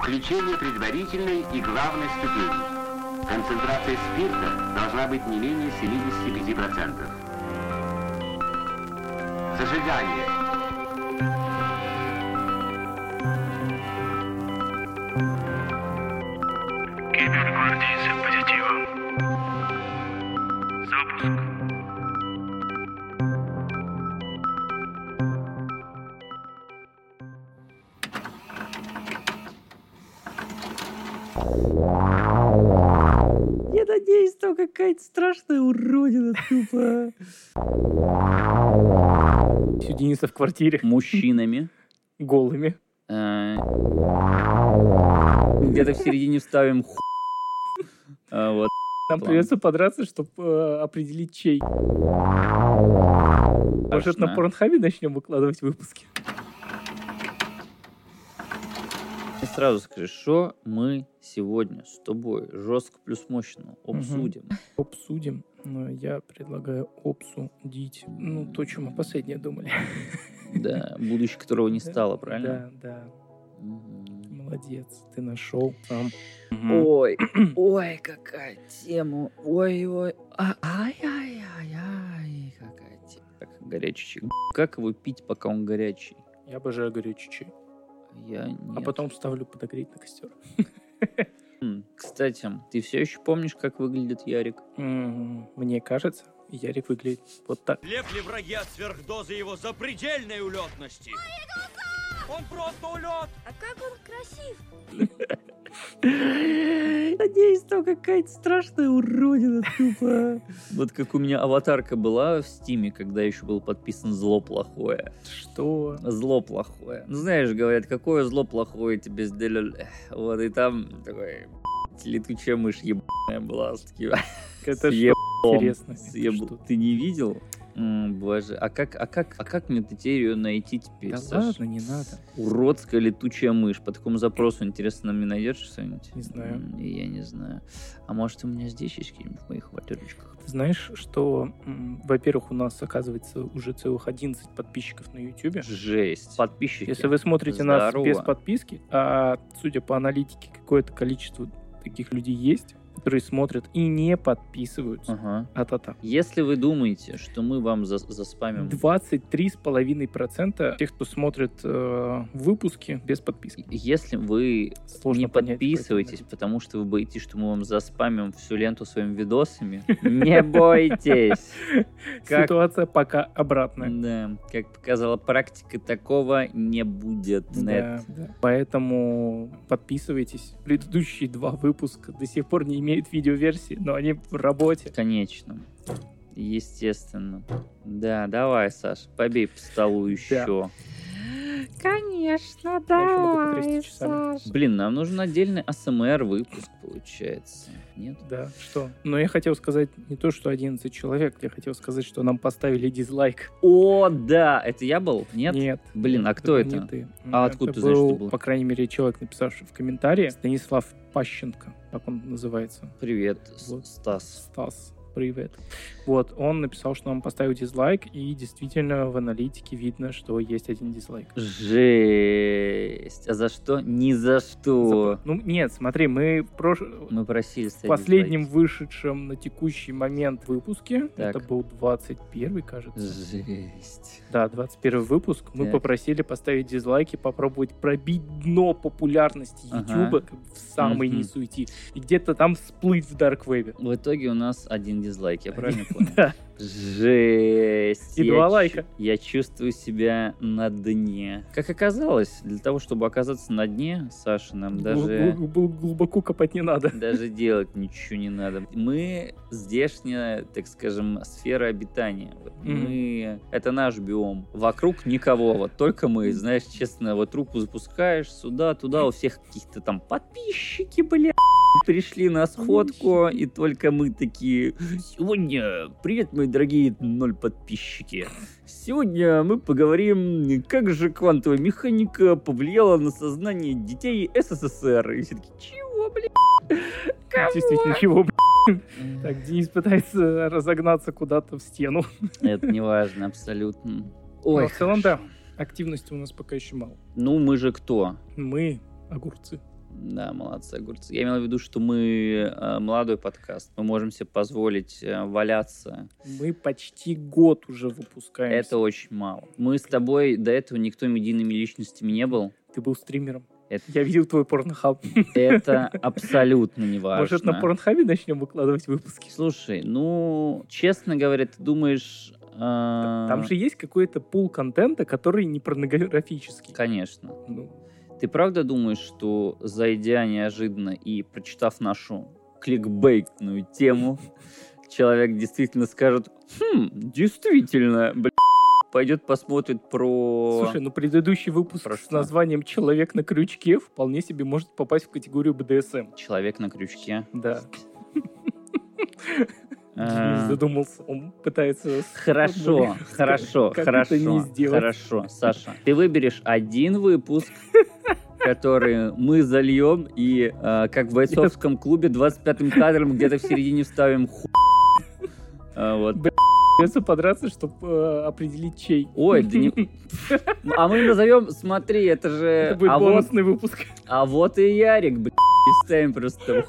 Включение предварительной и главной ступени. Концентрация спирта должна быть не менее 75%. Зажигание. Гипергвардейцы позитивом. Запуск. Я надеюсь, там какая-то страшная уродина тупо. У Дениса в квартире. Мужчинами. Голыми. Где-то в середине вставим вот. Нам придется подраться, чтобы определить, чей. Может, на Порнхабе начнем выкладывать выпуски? И сразу скажи, что мы сегодня с тобой жестко плюс мощно обсудим. Обсудим. Но я предлагаю обсудить, то, чем мы последнее думали. Да, будущее которого не стало, правильно? Да. Молодец, ты нашел сам. Ой, какая тема. Ой. Ай, какая тема. Как горячий. Как его пить, пока он горячий? Я обожаю горячий чай. Я нет. А потом ставлю подогреть на костер. Кстати, ты все еще помнишь, как выглядит Ярик? Мне кажется, Ярик выглядит вот так. Слепли враги от сверхдозы его запредельной улетности. Он просто улет. А как он красив. Надеюсь, там какая-то страшная уродина тупо. Вот как у меня аватарка была в Стиме, когда еще был подписан «Зло плохое». Что? Зло плохое. Ну, знаешь, говорят, какое зло плохое тебе сделали. Вот, и там такой летучая мышь ебаная была с таким... Это что интересно? Ты не видел? Боже, а как мне ее найти теперь, Да Саш? ладно, не надо. Уродская летучая мышь. По такому запросу, интересно, мне найдешь что-нибудь? Не знаю. Я не знаю. А может, у меня здесь есть какие-нибудь в моих аватарочках? Ты знаешь, что, во-первых, у нас, оказывается, уже целых 11 подписчиков на YouTube. Жесть. Подписчики. Если вы смотрите нас без подписки, а судя по аналитике, какое-то количество таких людей есть, которые смотрят и не подписываются. А-та-та. Если вы думаете, что мы вам заспамим... 23,5% тех, кто смотрит выпуски без подписки. Если вы не подписываетесь, потому что вы боитесь, что мы вам заспамим всю ленту своими видосами, не бойтесь. Ситуация пока обратная. Да, как показала практика, такого не будет. Да. Поэтому подписывайтесь. Предыдущие 2 выпуска до сих пор не имеют видеоверсии, но они в работе. Конечно. Естественно. Да, давай, Саш, побей по столу еще. Конечно, давай, Саш. Блин, нам нужен отдельный АСМР выпуск, получается. Нет? Да, что? Но я хотел сказать не то, что 11 человек, я хотел сказать, что нам поставили дизлайк. О, да! Это я был? Нет? Нет. Блин, а кто это? Не ты. А откуда ты знаешь, что был? По крайней мере, человек, написавший в комментарии, Станислав Пащенко, как он называется. Привет, вот. Стас. Привет. Вот, он написал, что нам поставил дизлайк, и действительно в аналитике видно, что есть 1 дизлайк. Жесть. А за что? Ни за что. Нет, смотри, мы просили в последнем вышедшем на текущий момент выпуске, так. Это был 21-й, кажется. Жесть. Да, 21-й выпуск. Мы попросили поставить дизлайки, попробовать пробить дно популярности YouTube в самый низ уйти. И где-то там всплыть в дарквебе. В итоге у нас 1 дизлайк, я правильно понял? Да. Жесть. И 2 лайка. Я чувствую себя на дне. Как оказалось, для того, чтобы оказаться на дне, Саша, нам даже... Глубоко копать не надо. Даже делать ничего не надо. Мы здешняя, так скажем, сфера обитания. Мы... Это наш биом. Вокруг никого. Вот только мы, знаешь, честно, вот руку запускаешь сюда, туда, у всех каких-то там подписчики, бля, пришли на сходку, и только мы такие: сегодня, привет, мои дорогие 0 подписчики. Сегодня мы поговорим, как же квантовая механика повлияла на сознание детей СССР. И все таки: чего, блядь? Действительно, чего, блядь? Так, Денис пытается разогнаться куда-то в стену. Это не важно, абсолютно. Ой, в целом, да, активности у нас пока еще мало. Ну, мы же кто? Мы огурцы. Да, молодцы, огурцы. Я имел в виду, что мы молодой подкаст. Мы можем себе позволить валяться. Мы почти год уже выпускаемся. Это очень мало. Мы с тобой до этого никто медийными личностями не был. Ты был стримером. Я видел твой порнохаб. Это абсолютно не важно. Может, на порнхабе начнем выкладывать выпуски? Слушай, честно говоря, ты думаешь... Там же есть какой-то пул контента, который не порнографический. Конечно. Ты правда думаешь, что, зайдя неожиданно и прочитав нашу кликбейтную тему, человек действительно скажет: действительно, пойдет посмотрит про... Слушай, предыдущий выпуск с названием «Человек на крючке» вполне себе может попасть в категорию БДСМ. Человек на крючке? Да. Денис задумался, он пытается... Хорошо. Саша, ты выберешь один выпуск, который мы зальем, и как в бойцовском клубе 25-м кадром где-то в середине вставим Придется подраться, чтобы определить, чей. Ой, да не... А мы назовем, смотри, это же... Это будет бонусный выпуск. А вот и Ярик, и ставим просто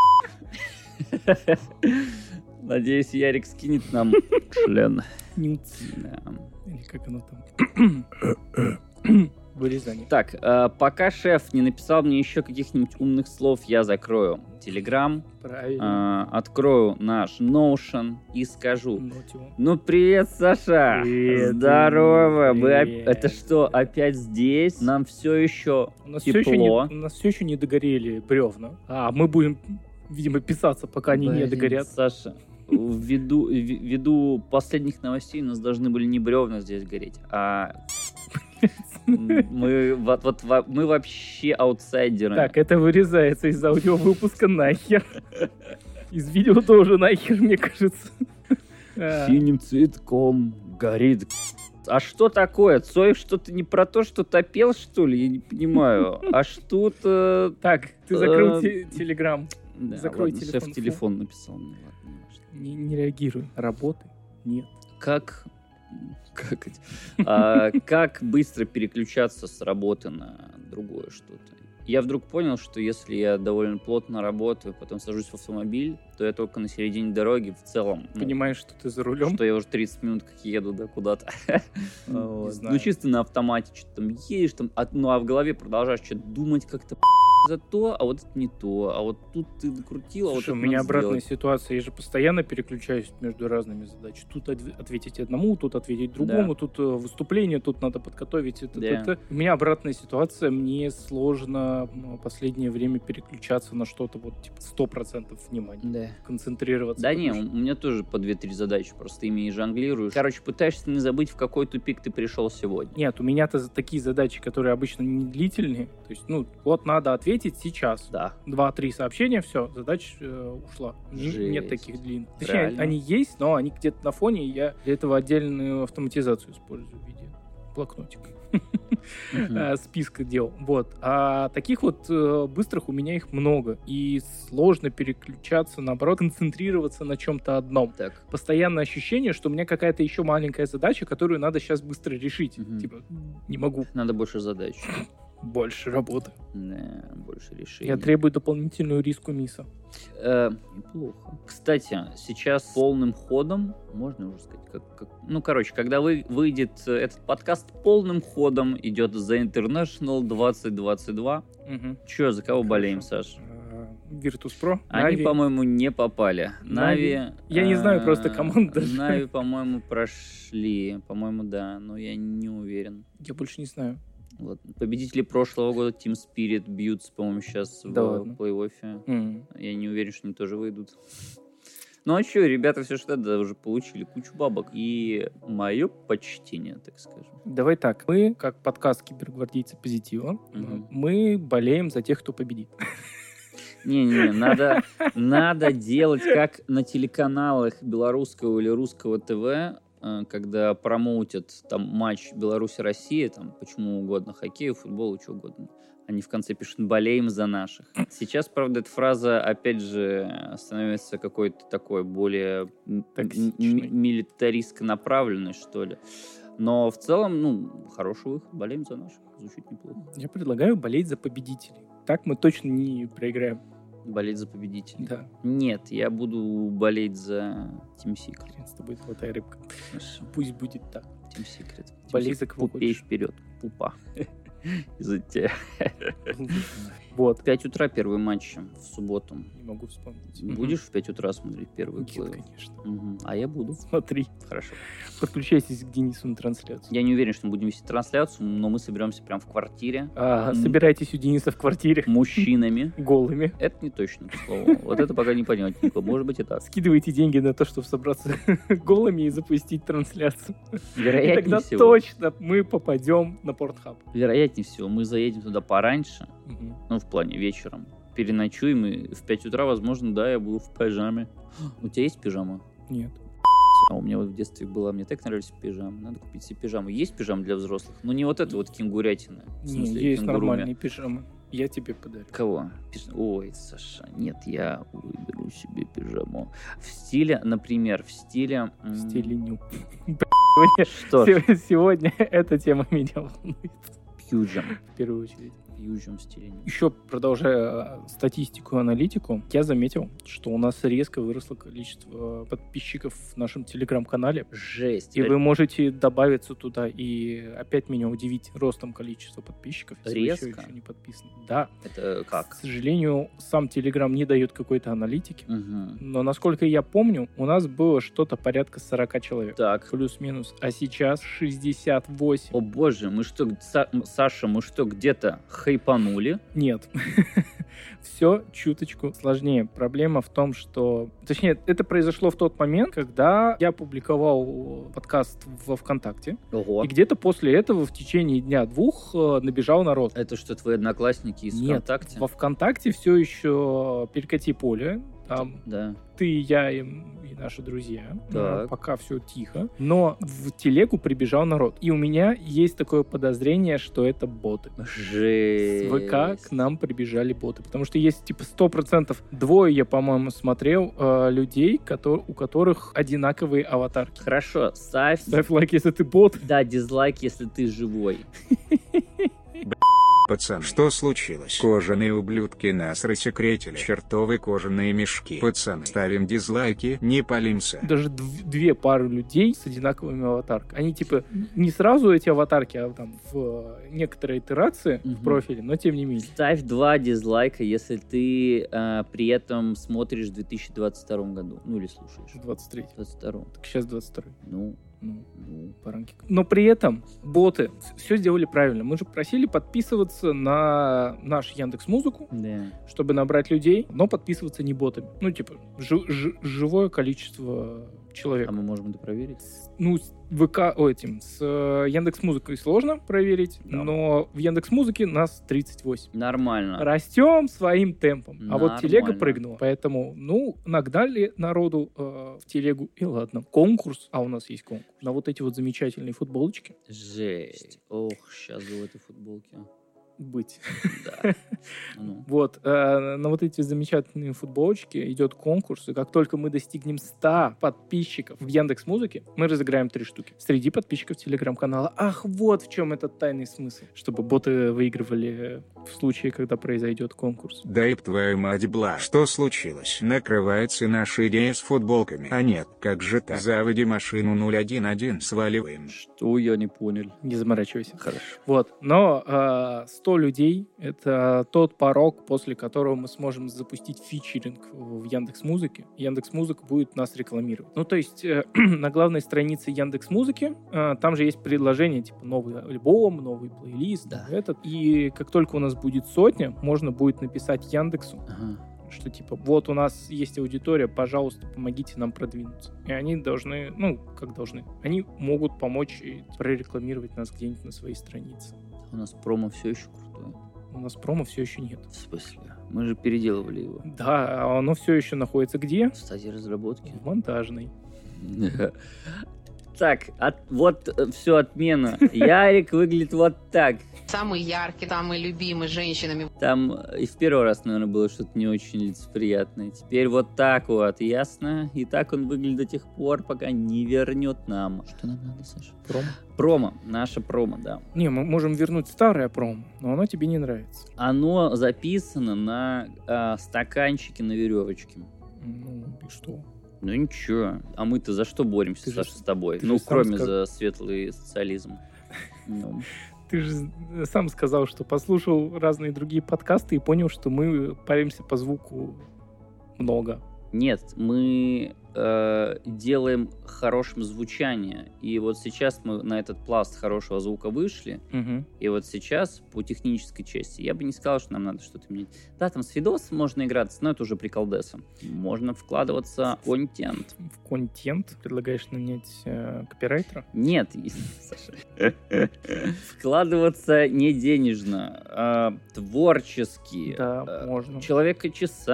Надеюсь, Ярик скинет нам член. Или как оно там? Вырезание. Так, пока шеф не написал мне еще каких-нибудь умных слов, я закрою Telegram, открою наш Notion и скажу: привет, Саша! Привет, здорово! Это что, опять здесь? Нам все еще тепло. У нас все еще не догорели бревна. А мы будем, видимо, писаться, пока они не догорят. Саша, ввиду последних новостей у нас должны были не бревна здесь гореть, а... Мы вообще аутсайдеры. Так, это вырезается из аудиовыпуска нахер. Из видео тоже нахер, мне кажется. Синим цветком горит. А что такое? Цой что-то не про то, что топел, что ли? Я не понимаю. А что-то... Так, ты закрыл Телеграм. Закрой телефон. Шеф телефон написал. Не реагируй. Работы нет. Как быстро переключаться с работы на другое что-то? Я вдруг понял, что если я довольно плотно работаю, потом сажусь в автомобиль, то я только на середине дороги в целом... Понимаешь, что ты за рулем? Что я уже 30 минут как еду, куда-то. Чисто на автомате что-то там едешь, а в голове продолжаешь что-то думать как-то за то, а вот это не то, а вот тут ты накрутил, а вот это у меня обратная ситуация, я же постоянно переключаюсь между разными задачами. Тут ответить одному, тут ответить другому, тут выступление, тут надо подготовить это. У меня обратная ситуация, мне сложно в последнее время переключаться на что-то 100% внимания, концентрироваться. Да не, у меня тоже по 2-3 задачи, просто ими и жонглируешь. Короче, пытаешься не забыть, в какой тупик ты пришел сегодня. Нет, у меня-то такие задачи, которые обычно не длительные, то есть, надо ответить сейчас. Да. 2-3 сообщения, все, задача ушла. Нет таких длинных. Точнее, они есть, но они где-то на фоне, и я для этого отдельную автоматизацию использую в виде блокнотика. Списка дел. А таких быстрых у меня их много. И сложно переключаться, наоборот, концентрироваться на чем-то одном. Так. Постоянное ощущение, что у меня какая-то еще маленькая задача, которую надо сейчас быстро решить. Не могу. Надо больше задач. Больше работы. Да, больше решений. Я требую дополнительную риску МИСа. Неплохо. Кстати, сейчас полным ходом, можно уже сказать, когда выйдет этот подкаст, полным ходом идет The International 2022. Че, за кого болеем, Саш? Virtus.pro. Они, по-моему, не попали. Нави... Я не знаю просто команду. Нави, по-моему, прошли. По-моему, да, но я не уверен. Я больше не знаю. Победители прошлого года Team Spirit бьются, по-моему, сейчас в плей-оффе. Я не уверен, что они тоже выйдут. Ну а что, ребята все что уже получили кучу бабок. И мое почтение, так скажем. Давай так. Мы, как подкаст «Кибергвардейцы позитива», мы болеем за тех, кто победит. Не-не, надо делать как на телеканалах белорусского или русского ТВ, когда промоутят там матч Беларусь-Россия, там почему угодно, хоккей, футбол, что угодно. Они в конце пишут «болеем за наших». Сейчас, правда, эта фраза, опять же, становится какой-то такой более милитаристско направленной, что ли. Но в целом, хороший выход. Болеем за наших. Звучит неплохо. Я предлагаю болеть за победителей. Так мы точно не проиграем. Болеть за победителей? Да. Нет, я буду болеть за Team Secret. Хрен с тобой, золотая рыбка. Хорошо. Пусть будет так. Team Secret. Болей за кого Пупей хочешь. вперед. Пупа. Из-за тебя. Вот. В 5 утра первый матч в субботу. Не могу вспомнить. Будешь в 5 утра смотреть первый Нет, плей-офф? конечно. Мгм. А я буду. Смотри. Хорошо. Подключайтесь к Денису на трансляцию. Я не уверен, что мы будем вести трансляцию, но мы соберемся прямо в квартире Собирайтесь у Дениса в квартире мужчинами. голыми. Это не точно, к слову. Вот это пока не понять, Нико. Может быть и так. Скидывайте деньги на то, чтобы собраться голыми и запустить трансляцию. И Вероятнее тогда всего. точно мы попадем на Портхаб. Вероятнее всего, мы заедем туда пораньше, в плане вечером. Переночуем, и в 5 утра, возможно, да, я буду в пижаме. У тебя есть пижама? Нет. А у меня вот в детстве была, мне так нравились пижамы. Надо купить себе пижаму. Есть пижама для взрослых? Ну, не вот это вот кенгурятина. В Не, смысле, есть кенгуруми. нормальные пижамы. Я тебе подарю. Кого? Ой, Саша, нет, я выберу себе пижаму. В стиле, например, в стиле... В стиле ню. Что ж, Сегодня эта тема меня волнует. пьюджем. В первую очередь. Пьюджем в стиле. Еще продолжая статистику и аналитику, я заметил, что у нас резко выросло количество подписчиков в нашем телеграм-канале. Жесть. И вы можете добавиться туда и опять меня удивить ростом количества подписчиков, если вы Резко? еще не подписаны. Да. Это К как? сожалению, сам Телеграм не дает какой-то аналитики. Мгм. Но, насколько я помню, у нас было что-то порядка 40 человек. Так. Плюс-минус. А сейчас 68. О боже, мы что, Саша, мы что, где-то хайпанули? Нет. Все чуточку сложнее. Проблема в том, что... Точнее, это произошло в тот момент, когда я публиковал подкаст во ВКонтакте. Ого. И где-то после этого в течение дня-двух набежал народ. Это что, твои одноклассники из Нет, ВКонтакте? во ВКонтакте все еще перекати поле. Там Да. ты, я и наши друзья. Так. Пока все тихо. Но в телегу прибежал народ. И у меня есть такое подозрение, что это боты. Жесть. С ВК к нам прибежали боты. Потому что есть типа 100%, двое, я, по-моему, смотрел, людей, у которых одинаковые аватарки. Хорошо, ставь. Ставь лайк, если ты бот. Да, дизлайк, если ты живой. Пацан, что случилось? Кожаные ублюдки нас рассекретили. Чертовы кожаные мешки. Пацан, ставим дизлайки, не палимся. Даже две пары людей с одинаковыми аватарками. Они типа не сразу эти аватарки, а там в некоторые итерации в профиле, но тем не менее. Ставь 2 дизлайка, если ты при этом смотришь в 2022 году. Ну или слушаешь. 23. 22. Так сейчас 22. Ну, Ну, паранки. Но при этом боты все сделали правильно. Мы же просили подписываться на наш Яндекс.Музыку, да. чтобы набрать людей, но подписываться не ботами. Ну, типа, живое количество человек. А мы можем это проверить? Ну, с Яндекс.Музыкой сложно проверить, Да. но в Яндекс.Музыке нас 38. Нормально. Растем своим темпом. А вот телега Нормально. прыгнула. Поэтому, нагнали народу в телегу, и ладно. Конкурс, а у нас есть конкурс, на вот эти вот замечательные футболочки Жесть. Ох, сейчас бы в этой футболке. быть. Да. Ну. Вот, на вот эти замечательные футболочки идет конкурс, и как только мы достигнем 100 подписчиков в Яндекс.Музыке, мы разыграем 3 штуки среди подписчиков Телеграм-канала. Ах, вот в чем этот тайный смысл. Чтобы боты выигрывали в случае, когда произойдет конкурс. Да и твою мать, бла. Что случилось? Накрывается наша идея с футболками. А нет, как же так? Заводи машину 011, сваливаем. Что я не понял? Не заморачивайся. Хорошо. Вот, но 100 людей — это тот порог, после которого мы сможем запустить фичеринг в Яндекс.Музыке. Яндекс.Музыка будет нас рекламировать. Ну, то есть на главной странице Яндекс.Музыки там же есть предложение, типа новый альбом, новый плейлист, Да. этот. И как только у нас будет 100, можно будет написать Яндексу, Ага. что типа вот у нас есть аудитория, пожалуйста, помогите нам продвинуться. И они должны, они могут помочь и прорекламировать нас где-нибудь на своей странице. У нас промо все еще крутое. У нас промо все еще нет. В смысле? Мы же переделывали его. Да, а оно все еще находится где? В стадии разработки. В монтажной. Так, вот все отмена. Ярик выглядит вот так. Самый яркий, самый любимый женщинами. Там и в первый раз, наверное, было что-то не очень лицеприятное. Теперь вот так вот, ясно? И так он выглядит до тех пор, пока не вернет нам. Что нам надо, Саша? Промо. Наша промо, да. Не, мы можем вернуть старое промо, но оно тебе не нравится. Оно записано на стаканчике на веревочке. Ну, и что? Ну ничего. А мы-то за что боремся, Саша, с тобой? Ну, кроме за светлый социализм. Ты же сам сказал, что послушал разные другие подкасты и понял, что мы паримся по звуку много. Нет, мы делаем хорошим звучание. И вот сейчас мы на этот пласт хорошего звука вышли. И вот сейчас по технической части я бы не сказал, что нам надо что-то менять. Да, там с видосом можно играться, но это уже приколдесом. Можно вкладываться в контент. В контент? Предлагаешь нанять копирайтера? Нет, Саша. Вкладываться не денежно, а творчески. Да, можно. Человека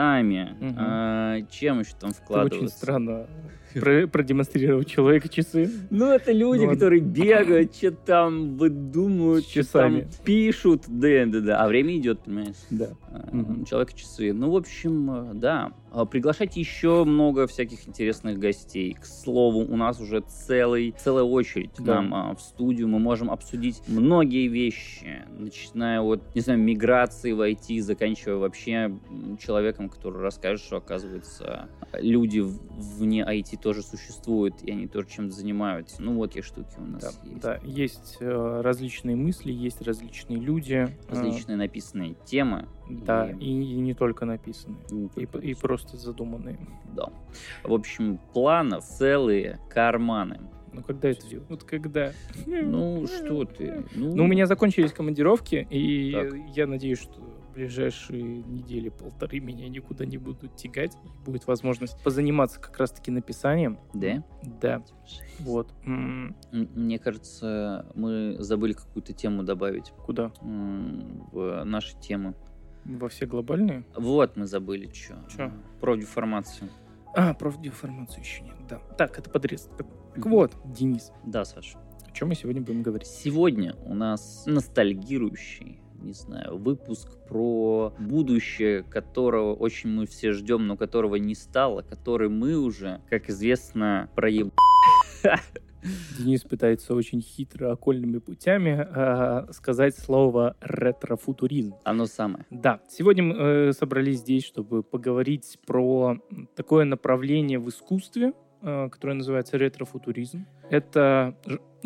часами. Чем еще там вкладываться? Это очень странно. Продемонстрировать человека часы. Ну, это люди, которые бегают, что-то там выдумывают, часами там пишут. Да. А время идет, понимаешь? Да. Человека часы. Ну, в общем, да. Приглашайте еще много всяких интересных гостей. К слову, у нас уже целая очередь к нам в студию. Мы можем обсудить многие вещи, начиная от, не знаю, миграции в IT, заканчивая вообще человеком, который расскажет, что, оказывается, люди вне IT тоже существуют, и они тоже чем-то занимаются. Ну, вот такие штуки у нас есть. Да, есть различные мысли, есть различные люди. Различные написанные темы. Да, и не только написанные. И просто задуманные. Да. В общем, планов целые карманы. Ну, когда это сделать? Вот когда? Ну, что ты? Ну, у меня закончились командировки, и я надеюсь, что в ближайшие недели полторы меня никуда не будут тягать. Будет возможность позаниматься как раз-таки написанием. Да? Да. Вот. Мне кажется, мы забыли какую-то тему добавить. Куда? В наши темы. Во все глобальные? Вот мы забыли, что. Профдеформацию. Профдеформацию еще нет, да. Так, это подрез. Так вот, Денис. Да, Саша. О чем мы сегодня будем говорить? Сегодня у нас ностальгирующий, не знаю, выпуск про будущее, которого очень мы все ждем, но которого не стало, который мы уже, как известно, проебали. Денис пытается очень хитро, окольными путями сказать слово ретрофутуризм. Оно самое. Да. Сегодня мы собрались здесь, чтобы поговорить про такое направление в искусстве, которое называется ретрофутуризм. Это,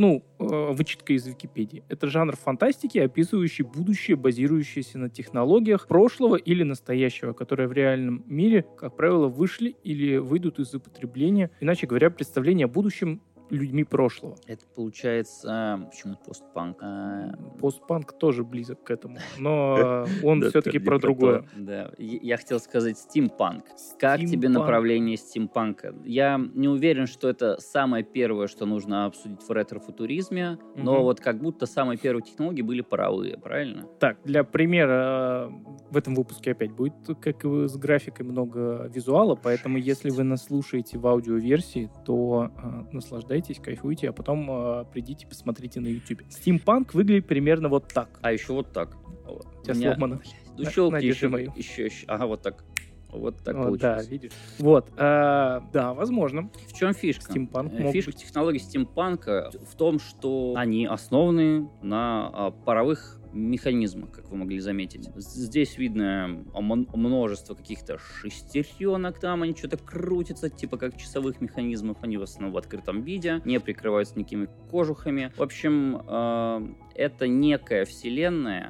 вычетка из Википедии. Это жанр фантастики, описывающий будущее, базирующееся на технологиях прошлого или настоящего, которые в реальном мире, как правило, вышли или выйдут из употребления. Иначе говоря, представление о будущем людьми прошлого. Это получается... Почему постпанк? Постпанк тоже близок к этому, но он все-таки про другое. Да, я хотел сказать стимпанк. Как тебе направление стимпанка? Я не уверен, что это самое первое, что нужно обсудить в ретрофутуризме, но вот как будто самые первые технологии были паровые, правильно? Так, для примера в этом выпуске опять будет, как и с графикой, много визуала, поэтому если вы нас слушаете в аудиоверсии, то наслаждайтесь, кайфуйте, а потом придите, посмотрите на YouTube. Стимпанк выглядит примерно вот так. А еще вот так. У тебя сломано. Щелкни еще. Ага, вот так. Вот так получилось. Да, видишь. Вот. Да, возможно. В чем фишка? Стимпанк фишка технологий стимпанка в том, что они основаны на паровых механизмах, как вы могли заметить. Здесь видно множество каких-то шестеренок, там они что-то крутятся, типа как часовых механизмов, они в основном в открытом виде, не прикрываются никакими кожухами. В общем, это некая вселенная,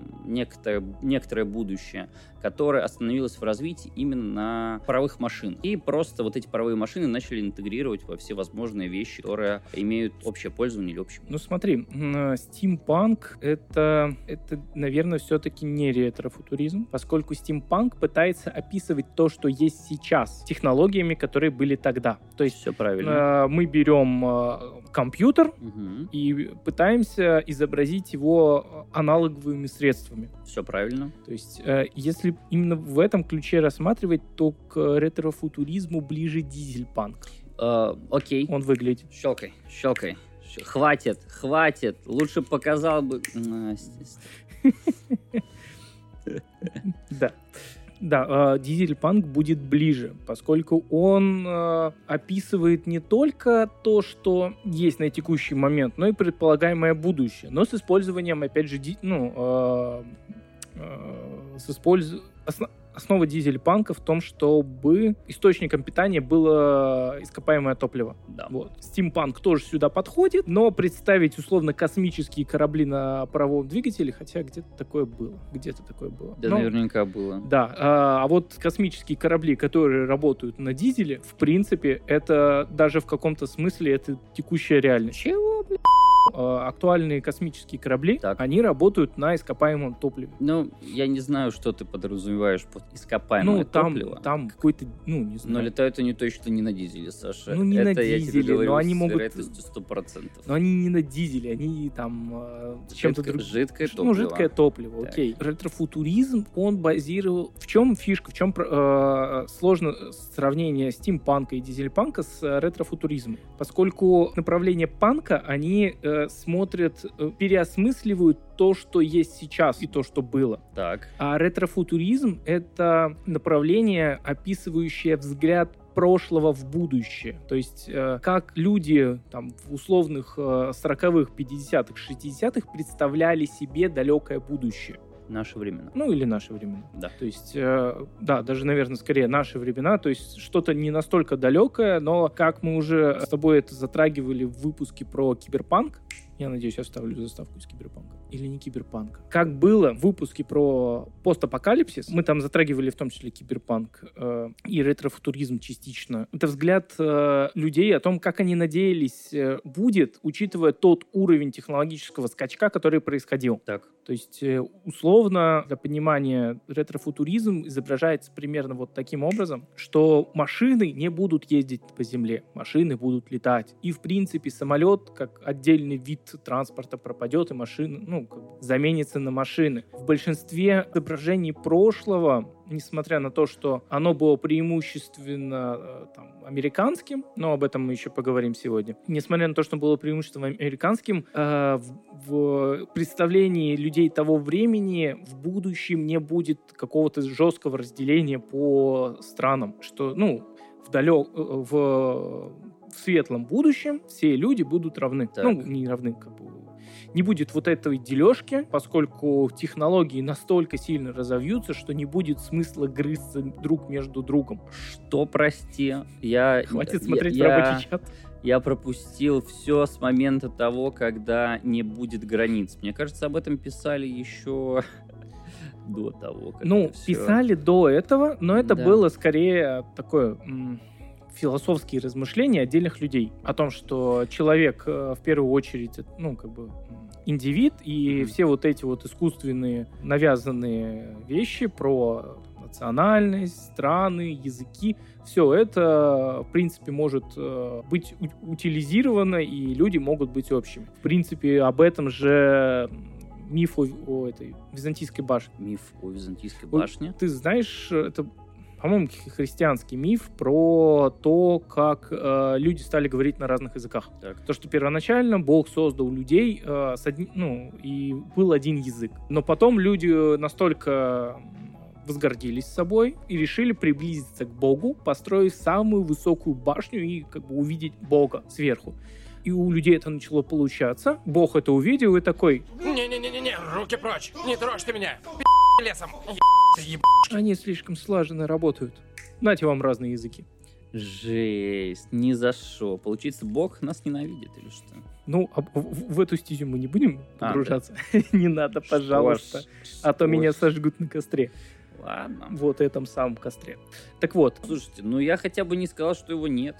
некоторое будущее, которое остановилось в развитии именно на паровых машинах. И просто вот эти паровые машины начали интегрировать во все возможные вещи, которые имеют общее пользование или общее. Ну смотри, стимпанк это, наверное, все-таки не ретрофутуризм, поскольку стимпанк пытается описывать то, что есть сейчас, технологиями, которые были тогда. То есть все правильно. Мы берем компьютер и пытаемся изобразить его аналоговыми средствами. Все правильно. То есть, если именно в этом ключе рассматривать, то к ретрофутуризму ближе дизельпанк. Окей. он выглядит. Щелкай. Хватит. Лучше показал бы... Да, дизельпанк будет ближе, поскольку он описывает не только то, что есть на текущий момент, но и предполагаемое будущее, но с использованием, опять же, основа дизельпанка в том, чтобы источником питания было ископаемое топливо. Да. Вот. Стимпанк тоже сюда подходит, но представить условно космические корабли на паровом двигателе, хотя где-то такое было. Да, наверняка было. Да, а вот космические корабли, которые работают на дизеле, в принципе, это даже в каком-то смысле это текущая реальность. Чего, блядь? Актуальные космические корабли, они работают на ископаемом топливе. Ну, я не знаю, что ты подразумеваешь под ископаемое топливо. Там какой-то, не знаю. Но летают они точно не на дизеле, Саша. Ну, не это на я дизеле, тебе говорю но они с могут... вероятностью 100%. Но они не на дизеле, они там... чем-то жидкое топливо. Жидкое топливо, так. Окей. Ретрофутуризм, он базировал... В чем фишка, в чем сложно сравнение стимпанка и дизельпанка с ретрофутуризмом? Поскольку направление панка, они смотрят, переосмысливают то, что есть сейчас и то, что было. Так. А ретрофутуризм — это направление, описывающее взгляд прошлого в будущее. То есть как люди там, в условных 40-х, 50-х, 60-х представляли себе далекое будущее. Наши времена. Ну, или наши времена. Да. То есть, да, даже, наверное, скорее наши времена. То есть, что-то не настолько далекое, но, как мы уже с тобой это затрагивали в выпуске про киберпанк, я надеюсь, я вставлю заставку из киберпанка. Или не киберпанка. Как было в выпуске про постапокалипсис, мы там затрагивали в том числе киберпанк и ретрофутуризм частично. Это взгляд людей о том, как они надеялись будет, учитывая тот уровень технологического скачка, который происходил. Так. То есть, условно, для понимания, ретрофутуризм изображается примерно вот таким образом, что машины не будут ездить по земле, машины будут летать. И, в принципе, самолет, как отдельный вид транспорта, пропадет, и машины, заменится на машины. В большинстве изображений прошлого, несмотря на то, что оно было преимущественно американским, но об этом мы еще поговорим сегодня, несмотря на то, что было преимущественно американским, в представлении людей того времени в будущем не будет какого-то жесткого разделения по странам, что, в светлом будущем все люди будут равны. Так. Не равны, не будет вот этой дележки, поскольку технологии настолько сильно разовьются, что не будет смысла грызться друг между другом. Что, прости? Хватит смотреть в рабочий чат. Я пропустил все с момента того, когда не будет границ. Мне кажется, об этом писали еще до того, как это все... писали до этого, но это было скорее такое... философские размышления отдельных людей о том, что человек в первую очередь, индивид, и все вот эти вот искусственные навязанные вещи про национальность, страны, языки, все это, в принципе, может быть утилизировано, и люди могут быть общими. В принципе, об этом же миф о этой Византийской башне. Миф о Византийской башне? Ты знаешь, это... по-моему, христианский миф про то, как люди стали говорить на разных языках. Так. То, что первоначально Бог создал людей, и был один язык. Но потом люди настолько возгордились собой и решили приблизиться к Богу, построив самую высокую башню и увидеть Бога сверху. И у людей это начало получаться. Бог это увидел и такой... Не-не-не-не, руки прочь, не трожьте меня, лесом, Они слишком слаженно работают. Нате вам разные языки. Жесть, ни за что. Получается, Бог нас ненавидит или что? В эту стезю мы не будем погружаться. Да. Не надо, пожалуйста. А то меня сожгут на костре. Ладно. Вот этом самом костре. Так вот. Слушайте, я хотя бы не сказал, что его нет.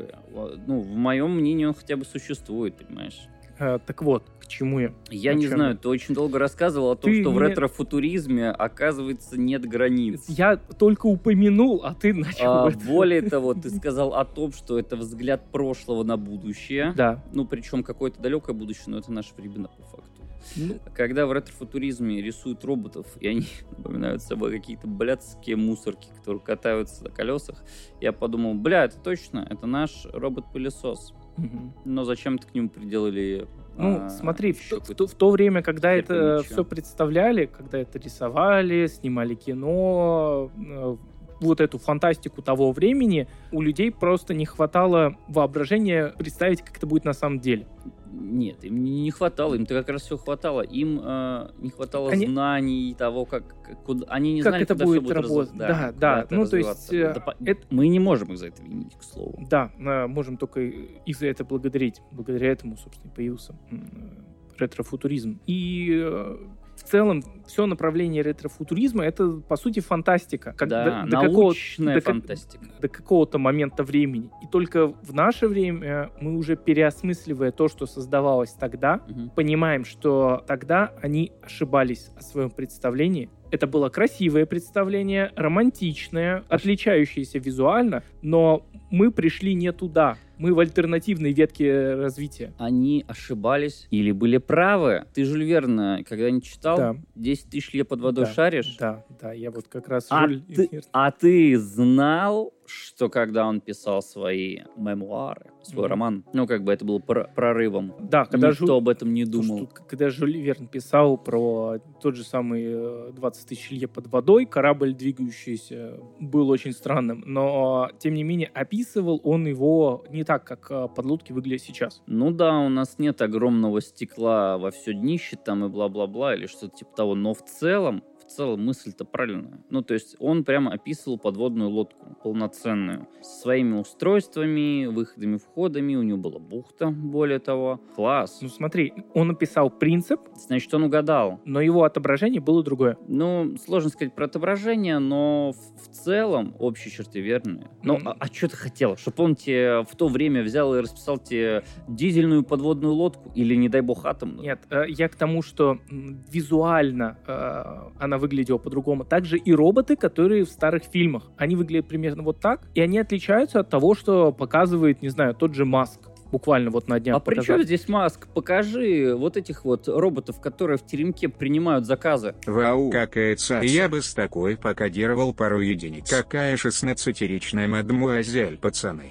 В моем мнении он хотя бы существует, понимаешь? Так вот, к чему я? Я не знаю, ты очень долго рассказывал о том, что в ретрофутуризме, оказывается, нет границ. Я только упомянул, а ты начал... Более того, ты сказал о том, что это взгляд прошлого на будущее. Да. Причем какое-то далекое будущее, но это наши времена, по факту. Когда в ретро-футуризме рисуют роботов, и они напоминают собой какие-то блядские мусорки, которые катаются на колесах, я подумал, это точно, это наш робот-пылесос. Но зачем-то к нему приделали... смотри, в то время, когда это все представляли, когда это рисовали, снимали кино, вот эту фантастику того времени, у людей просто не хватало воображения представить, как это будет на самом деле. Нет, им не хватало, им-то как раз все хватало. Им не хватало знаний того, куда... Они не знали, это куда будет все будет работать. Да. То есть... Мы не можем их за это винить, к слову. Да, можем только их за это благодарить. Благодаря этому, собственно, и появился ретро-футуризм. И... В целом, все направление ретро-футуризма — это, по сути, фантастика. Научная фантастика. До какого-то момента времени. И только в наше время мы уже, переосмысливая то, что создавалось тогда, понимаем, что тогда они ошибались о своем представлении. Это было красивое представление, романтичное, отличающееся визуально, но мы пришли не туда. Мы в альтернативной ветке развития. Они ошибались или были правы? Ты, Жюль Верна, когда-нибудь читал? 10 тысяч лет под водой шаришь? Да, я вот как раз... А ты знал, что когда он писал свои мемуары, свой роман, это было прорывом? Да, когда никто об этом не думал. Когда Жюль Верн писал про тот же самый 20 тысяч лет под водой, корабль, двигающийся, был очень странным, но, тем не менее, описывал он его не так, как подлодки выглядят сейчас. У нас нет огромного стекла во все днище там и бла-бла-бла, или что-то типа того, но в целом мысль-то правильная. То есть он прямо описывал подводную лодку полноценную, со своими устройствами, выходами, входами, у него была бухта, более того. Класс. Смотри, он описал принцип. Значит, он угадал. Но его отображение было другое. Сложно сказать про отображение, но в целом общие черты верные. А что ты хотел? Чтобы он тебе в то время взял и расписал тебе дизельную подводную лодку или, не дай бог, атомную? Нет, я к тому, что визуально она выглядела по-другому. Также и роботы, которые в старых фильмах. Они выглядят примерно вот так, и они отличаются от того, что показывает, не знаю, тот же Маск. Буквально вот на днях. А при чем здесь Маск? Покажи вот этих вот роботов, которые в теремке принимают заказы. Вау, какая цаца. Я бы с такой покодировал пару единиц. Какая 16-ричная мадемуазель, пацаны.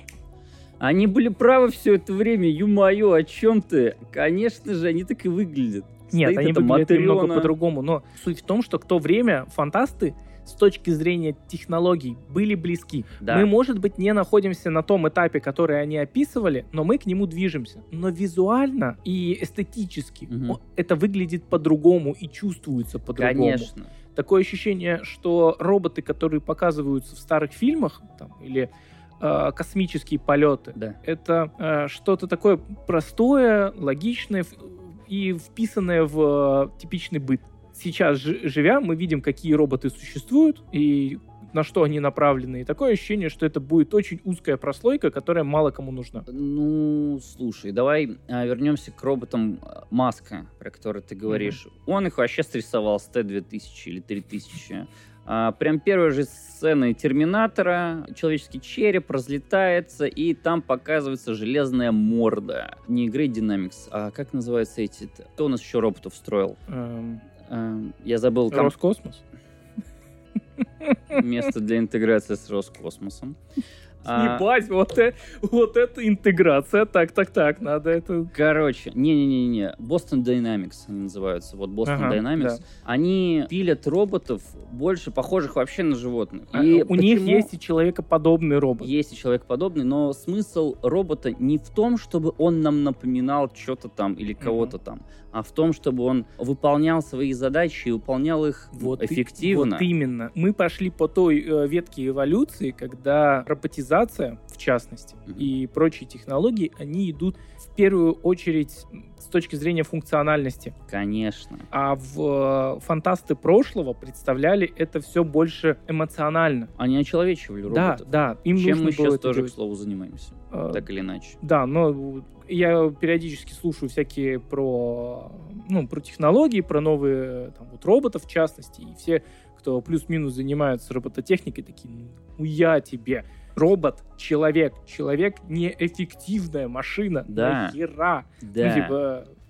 Они были правы все это время, ё-моё, о чем ты? Конечно же, они так и выглядят. Нет, они выглядят немного по-другому, но суть в том, что в то время фантасты с точки зрения технологий были близки. Да. Мы, может быть, не находимся на том этапе, который они описывали, но мы к нему движемся. Но визуально и эстетически это выглядит по-другому и чувствуется по-другому. Конечно. Такое ощущение, что роботы, которые показываются в старых фильмах, или космические полеты, это что-то такое простое, логичное и вписанное в типичный быт. Сейчас, живя, мы видим, какие роботы существуют и на что они направлены. И такое ощущение, что это будет очень узкая прослойка, которая мало кому нужна. Слушай, давай вернемся к роботам Маска, про которые ты говоришь. Он их вообще срисовал с Т-2000 или 3000. Прям первая же сцена Терминатора, человеческий череп разлетается, и там показывается железная морда. Не Great Dynamics, а как называются эти? Кто у нас еще роботов строил? Я забыл. Роскосмос? Место для интеграции с Роскосмосом. Ебать, вот это интеграция. Так, надо это... Короче, не. Boston Dynamics они называются. Вот Boston Dynamics. Да. Они пилят роботов, больше похожих вообще на животных. И у них есть и человекоподобный робот. Есть и человекоподобный, но смысл робота не в том, чтобы он нам напоминал что-то там или кого-то там, а в том, чтобы он выполнял свои задачи и выполнял их эффективно. Вот именно. Мы пошли по той ветке эволюции, когда роботизация, в частности, и прочие технологии, они идут в первую очередь с точки зрения функциональности. Конечно. А фантасты прошлого представляли это все больше эмоционально. Они очеловечивали роботов. Да. Чем мы сейчас тоже, к слову, занимаемся. Так или иначе. Да, но я периодически слушаю всякие про технологии, про новые роботов в частности, и все, кто плюс-минус занимаются робототехникой, такие, я тебе... Робот, человек неэффективная машина. Да. Нахера? Да.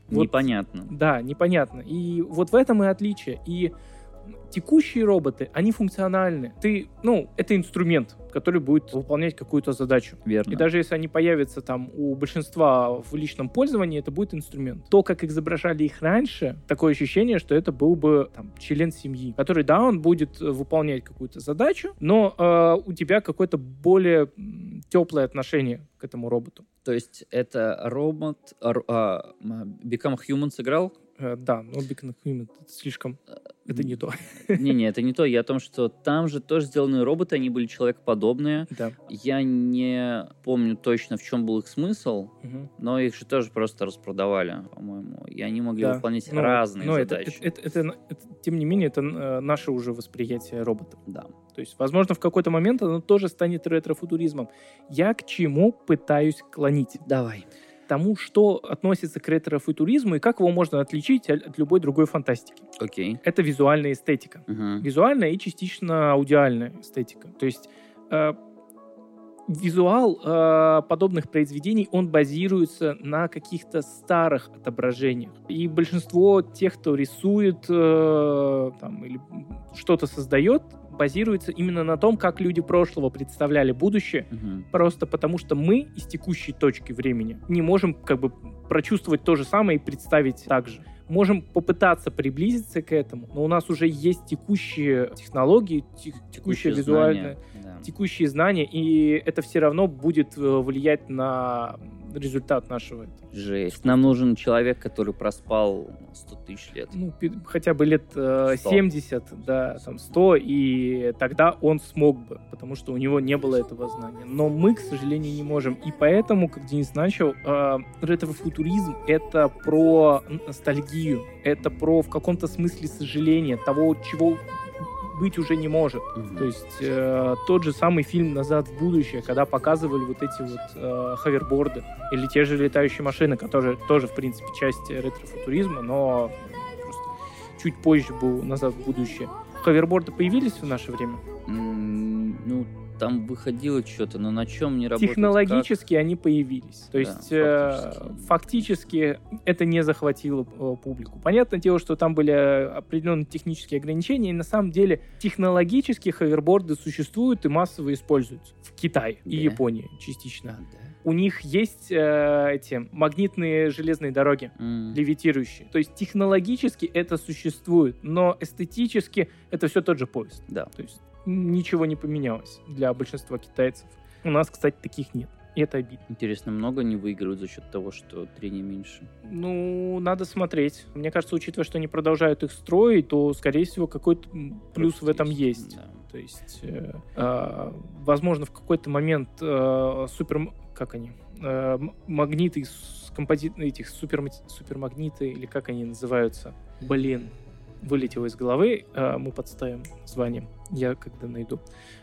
Непонятно. Да, непонятно. И вот в этом и отличие. И текущие роботы, они функциональны. Это инструмент, который будет выполнять какую-то задачу. Верно. И даже если они появятся там у большинства в личном пользовании, это будет инструмент. То, как изображали их раньше, такое ощущение, что это был бы там член семьи, который, да, он будет выполнять какую-то задачу, но у тебя какое-то более теплое отношение к этому роботу. То есть это робот... Become Human сыграл? Да, но Become Human это слишком... Это не то. Не, это не то. Я о том, что там же тоже сделаны роботы, они были человекоподобные. Да. Я не помню точно, в чем был их смысл, но их же тоже просто распродавали, по-моему. И они могли выполнять разные задачи. Тем не менее, это наше уже восприятие роботов. Да. То есть, возможно, в какой-то момент оно тоже станет ретро-футуризмом. Я к чему пытаюсь клонить? Давай. Тому, что относится к ретро-футуризму и как его можно отличить от любой другой фантастики. Окей. Это визуальная эстетика. Визуальная и частично аудиальная эстетика. То есть визуал подобных произведений, он базируется на каких-то старых отображениях. И большинство тех, кто рисует или что-то создает, базируется именно на том, как люди прошлого представляли будущее, просто потому что мы из текущей точки времени не можем прочувствовать то же самое и представить так же. Можем попытаться приблизиться к этому, но у нас уже есть текущие технологии, текущее визуальное, текущие знания, и это все равно будет влиять на результат нашего этого. Жесть. Нам нужен человек, который проспал 100 тысяч лет. Хотя бы лет 70, 100, и тогда он смог бы, потому что у него не было этого знания. Но мы, к сожалению, не можем. И поэтому, как Денис начал, ретро-футуризм — это про ностальгию, это про в каком-то смысле сожаление того, чего быть уже не может. То есть тот же самый фильм «Назад в будущее», когда показывали вот эти ховерборды или те же летающие машины, которые тоже, в принципе, часть ретро-футуризма, но просто чуть позже был «Назад в будущее». Ховерборды появились в наше время? Там выходило что-то, но на чем не работает? Технологически они появились. То есть фактически это не захватило публику. Понятное дело, что там были определенные технические ограничения, и на самом деле технологически ховерборды существуют и массово используются в Китае и Японии частично. У них есть эти магнитные железные дороги, левитирующие. То есть технологически это существует, но эстетически это все тот же поезд. Да. То есть ничего не поменялось для большинства китайцев. У нас, кстати, таких нет. И это обидно. Интересно, много они выигрывают за счет того, что трения меньше? Надо смотреть. Мне кажется, учитывая, что они продолжают их строить, то, скорее всего, какой-то плюс в этом есть. Да. То есть, возможно, в какой-то момент магниты, супермагниты, или как они называются? Вылетело из головы. Мы подставим название. Я когда найду.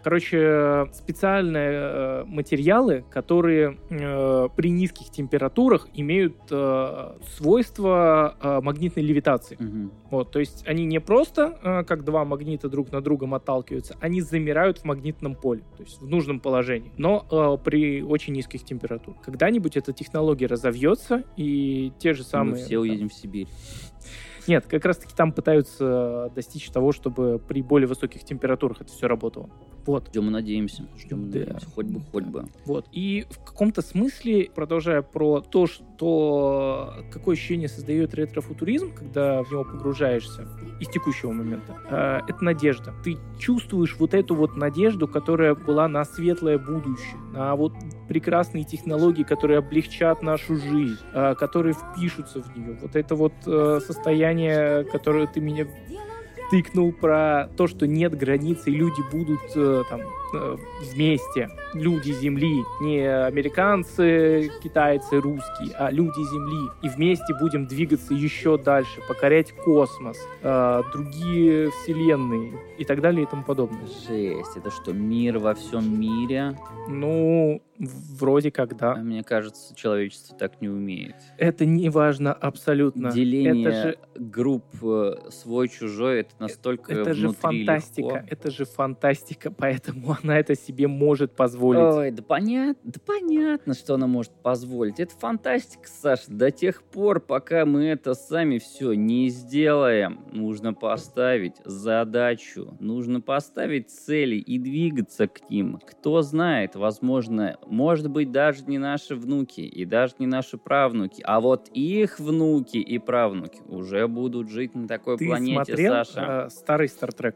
Специальные материалы, которые при низких температурах имеют свойства магнитной левитации. То есть они не просто как два магнита друг на другом отталкиваются, они замирают в магнитном поле, то есть в нужном положении, но при очень низких температурах. Когда-нибудь эта технология разовьется, и те же самые... Мы все уедем в Сибирь. Нет, как раз-таки там пытаются достичь того, чтобы при более высоких температурах это все работало. Вот. Ждем и надеемся. Хоть бы. Вот. И в каком-то смысле, продолжая про то, что какое ощущение создает ретро-футуризм, когда в него погружаешься из текущего момента, это надежда. Ты чувствуешь вот эту вот надежду, которая была на светлое будущее, на вот прекрасные технологии, которые облегчат нашу жизнь, которые впишутся в нее. Вот это вот состояние, которое ты меня тыкнул, про то, что нет границ, и люди будут вместе. Люди Земли. Не американцы, китайцы, русские, а люди Земли. И вместе будем двигаться еще дальше, покорять космос, другие вселенные и так далее и тому подобное. Жесть. Это что, мир во всем мире? Вроде как, да. Мне кажется, человечество так не умеет. Это не важно абсолютно. Деление групп свой-чужой — это настолько это же внутри фантастика, легко. это же фантастика, поэтому она это себе может позволить. Ой, да понятно, что она может позволить. Это фантастика, Саша. До тех пор, пока мы это сами все не сделаем, нужно поставить задачу, нужно поставить цели и двигаться к ним. Кто знает, возможно, может быть, даже не наши внуки и даже не наши правнуки, а вот их внуки и правнуки уже будут жить на такой Ты планете, смотрел Саша. старый Star Trek?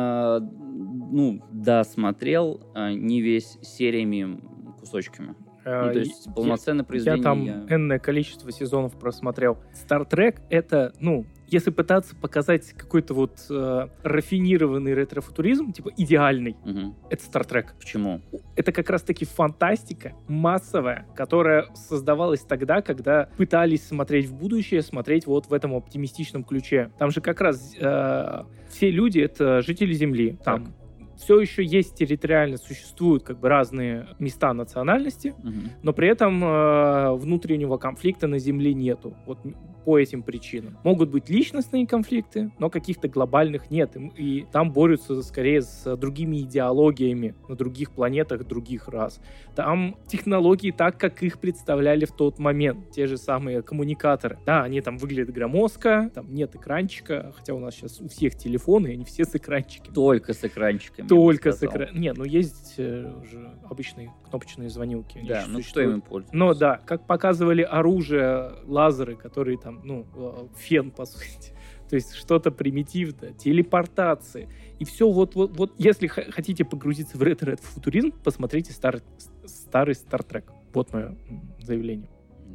Ну, да, смотрел, не весь, сериями, кусочками. Ну, то есть полноценное произведение. Я там энное количество сезонов просмотрел. Star Trek — это, если пытаться показать какой-то вот рафинированный ретро-футуризм, типа идеальный, это Star Trek. Почему? Это как раз-таки фантастика массовая, которая создавалась тогда, когда пытались смотреть в будущее, смотреть вот в этом оптимистичном ключе. Там же как раз все люди — это жители Земли. Там все еще есть территориально, существуют как бы разные места национальности, но при этом внутреннего конфликта на Земле нету. Вот по этим причинам. Могут быть личностные конфликты, но каких-то глобальных нет. И там борются скорее с другими идеологиями на других планетах, других рас. Там технологии так, как их представляли в тот момент. Те же самые коммуникаторы. Да, они там выглядят громоздко, там нет экранчика, хотя у нас сейчас у всех телефоны, и они все с экранчиками. Только с экранчиками. Только с экранчиками. Не, есть уже обычные кнопочные звонилки. Да, что ими пользуются? Но да, как показывали оружие, лазеры, которые там, фен, по сути. То есть что-то примитивное, телепортации. И все вот если хотите погрузиться в ретро-футуризм, посмотрите старый Star Trek. Вот мое заявление.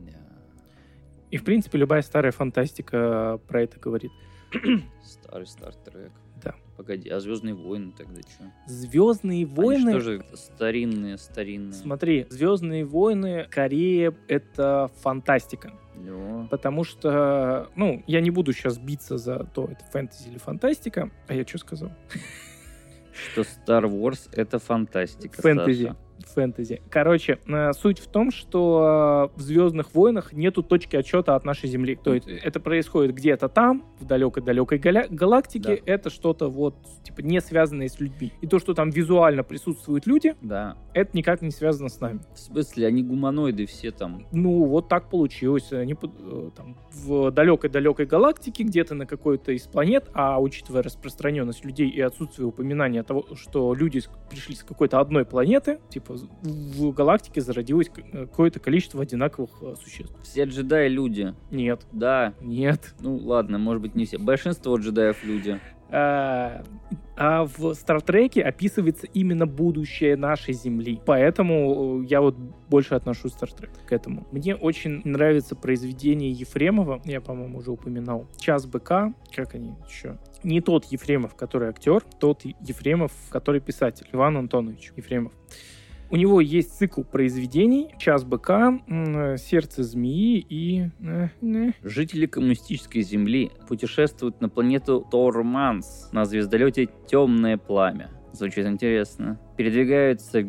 И, в принципе, любая старая фантастика про это говорит. Старый Star Trek. Да. Погоди, а «Звездные войны» тогда что? «Звездные войны»... Они что же старинные? Смотри, «Звездные войны», Корея — это фантастика. Потому что, я не буду сейчас биться за то, это фэнтези или фантастика. А я что сказал? Что Star Wars — это фантастика, Фэнтези. Фэнтези. Короче, суть в том, что в «Звездных войнах» нету точки отсчета от нашей Земли. То есть это происходит где-то там, в далекой-далекой галактике. Да. Это что-то не связанное с людьми. И то, что там визуально присутствуют люди, это никак не связано с нами. В смысле, они гуманоиды все там? Вот так получилось. Они там в далекой-далекой галактике, где-то на какой-то из планет, а учитывая распространенность людей и отсутствие упоминания того, что люди пришли с какой-то одной планеты, в галактике зародилось какое-то количество одинаковых существ. Все джедаи люди? Нет. Да. Нет. Ладно, может быть, не все. Большинство джедаев люди. А в Стартреке описывается именно будущее нашей Земли. Поэтому я больше отношусь Стартрек к этому. Мне очень нравится произведение Ефремова. Я, по-моему, уже упоминал. «Час быка». Как они еще? Не тот Ефремов, который актер, тот Ефремов, который писатель. Иван Антонович Ефремов. У него есть цикл произведений «Час быка», «Сердце змеи» и... Жители коммунистической Земли путешествуют на планету Торманс на звездолете «Темное пламя». Звучит интересно. Передвигаются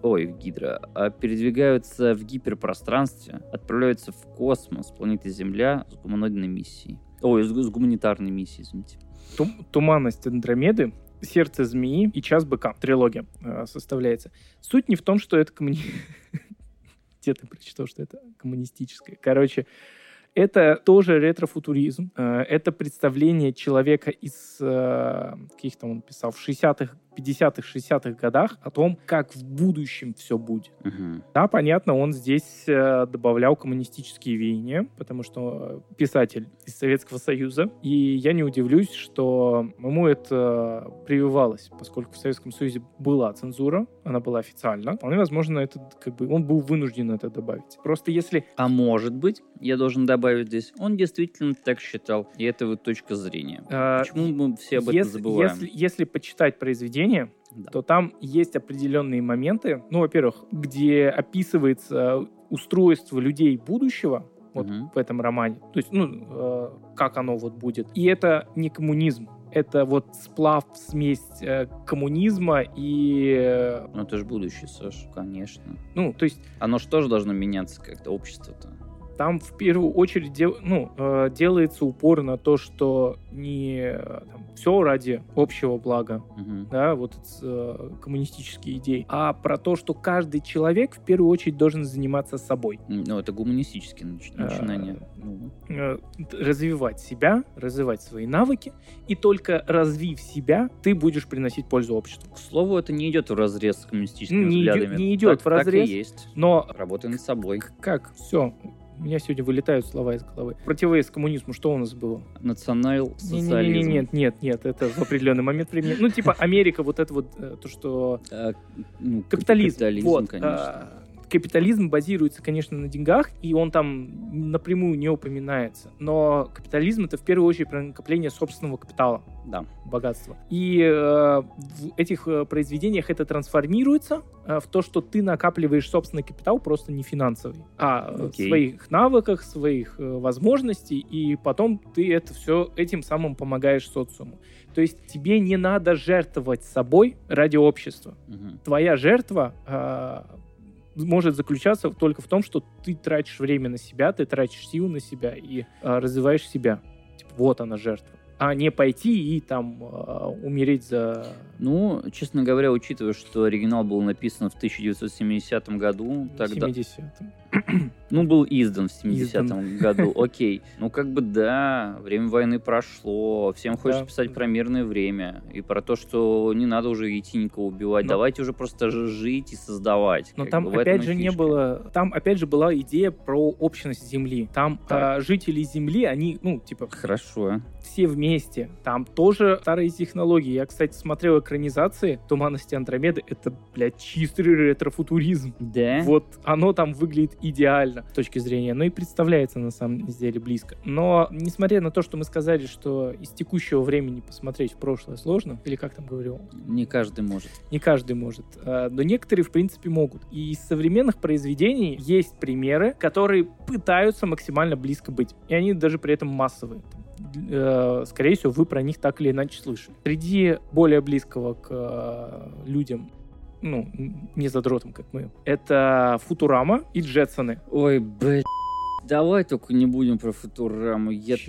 передвигаются в гиперпространстве, отправляются в космос планеты Земля с гуманоидной миссией. С гуманитарной миссией, извините. «Туманность Андромеды», «Сердце змеи» и «Час быка». Трилогия составляется. Суть не в том, что это Где ты прочитал, что это коммунистическое? Короче, это тоже ретро-футуризм. Это представление человека из каких-то, он писал, в 60-х, 50-х, 60-х годах о том, как в будущем все будет. Да, понятно, он здесь добавлял коммунистические веяния, потому что писатель из Советского Союза. И я не удивлюсь, что ему это прививалось, поскольку в Советском Союзе была цензура, она была официальна. Вполне возможно, он был вынужден это добавить. Просто если... А может быть, я должен добавить здесь, он действительно так считал, и это вот точка зрения. Почему мы все об этом забываем? Если почитать произведение, то там есть определенные моменты, во-первых, где описывается устройство людей будущего, в этом романе, то есть, как оно будет. И это не коммунизм, это сплав, смесь коммунизма и... это же будущее, Саш, конечно. То есть... Оно же тоже должно меняться как-то, общество-то. Там в первую очередь делается упор на то, что не все ради общего блага, да, вот коммунистические идеи, а про то, что каждый человек в первую очередь должен заниматься собой. Ну, это гуманистические начинания. Развивать себя, развивать свои навыки, и только развив себя, ты будешь приносить пользу обществу. К слову, это не идет вразрез с коммунистическими взглядами. Не идет вразрез. Так и есть. Но работай над собой. Как? Все. У меня сегодня вылетают слова из головы. Противовес коммунизму, что у нас было? Национал-социализм. Нет, это в определенный момент времени. Ну, типа Америка, вот это вот, то, что... Капитализм. Капитализм, конечно. Капитализм базируется, конечно, на деньгах, и он там напрямую не упоминается. Но капитализм — это в первую очередь про накопление собственного капитала, богатства. И в этих произведениях это трансформируется в то, что ты накапливаешь собственный капитал, просто не финансовый, а в своих навыках, своих возможностей, и потом ты это все этим самым помогаешь социуму. То есть тебе не надо жертвовать собой ради общества. Твоя жертва может заключаться только в том, что ты тратишь время на себя, ты тратишь силу на себя и развиваешь себя. Типа, вот она жертва. А не пойти и там умереть за... Ну, честно говоря, учитывая, что оригинал был написан в 1970 году... Тогда... 70-м. Ну, был издан в 70-м году, окей. Ну, как бы да, время войны прошло, всем хочется писать про мирное время и про то, что не надо уже идти никого убивать, давайте уже просто жить и создавать. Но там опять же не было... Там опять же была идея про общность Земли. Там жители Земли, они, ну, типа... Хорошо. Все вместе. Там тоже старые технологии. Я, кстати, смотрел экранизации «Туманности Андромеды». Это, блядь, чистый ретро-футуризм. Да? Вот оно там выглядит идеально с точки зрения. Ну и представляется на самом деле близко. Но, несмотря на то, что мы сказали, что из текущего времени посмотреть в прошлое сложно, или как там говорил? Не каждый может. Не каждый может. Но некоторые, в принципе, могут. И из современных произведений есть примеры, которые пытаются максимально близко быть. И они даже при этом массовые. Скорее всего, вы про них так или иначе слышали. Среди более близкого к людям, ну, не задротам, как мы, это Футурама и Джетсоны. Ой, блядь. Давай только не будем про Футураму. Я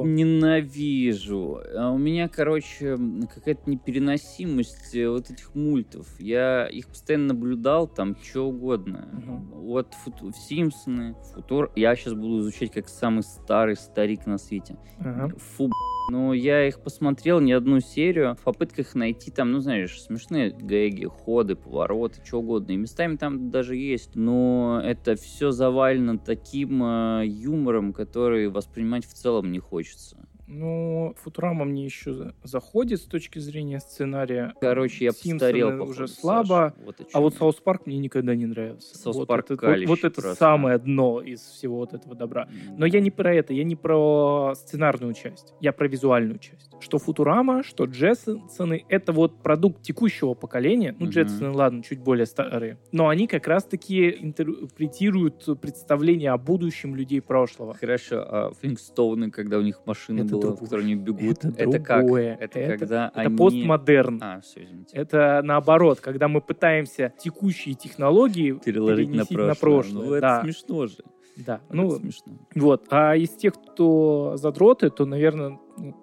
ненавижу. У меня, короче, какая-то непереносимость вот этих мультов. Я их постоянно наблюдал, там, что угодно. Вот Симпсоны, Я сейчас буду изучать как самый старый старик на свете. Фу, но я их посмотрел не одну серию в попытках найти там, ну, знаешь, смешные гэги, ходы, повороты, что угодно. И местами там даже есть. Но это все завалено таким юмором, который воспринимать в целом не хочется. Ну, Футурама мне еще заходит с точки зрения сценария. Короче, я постарел, походу, уже слабо. Вот а вот Саус Парк мне никогда не нравился. Саус Парк вот это самое дно из всего вот этого добра. Но я не про это, я не про сценарную часть. Я про визуальную часть. Что Футурама, что Джетсоны — это вот продукт текущего поколения. Ну, Джетсоны, ладно, чуть более старые. Но они как раз-таки интерпретируют представление о будущем людей прошлого. Хорошо, а Флинкстоуны, когда у них машины было, в которой они бегут, это другое. Как? Это когда это постмодерн. Все, извините. Это наоборот, когда мы пытаемся текущие технологии переложить на прошлое. Ну, это смешно же. Да, это смешно. Вот. А из тех, кто задроты, то, наверное,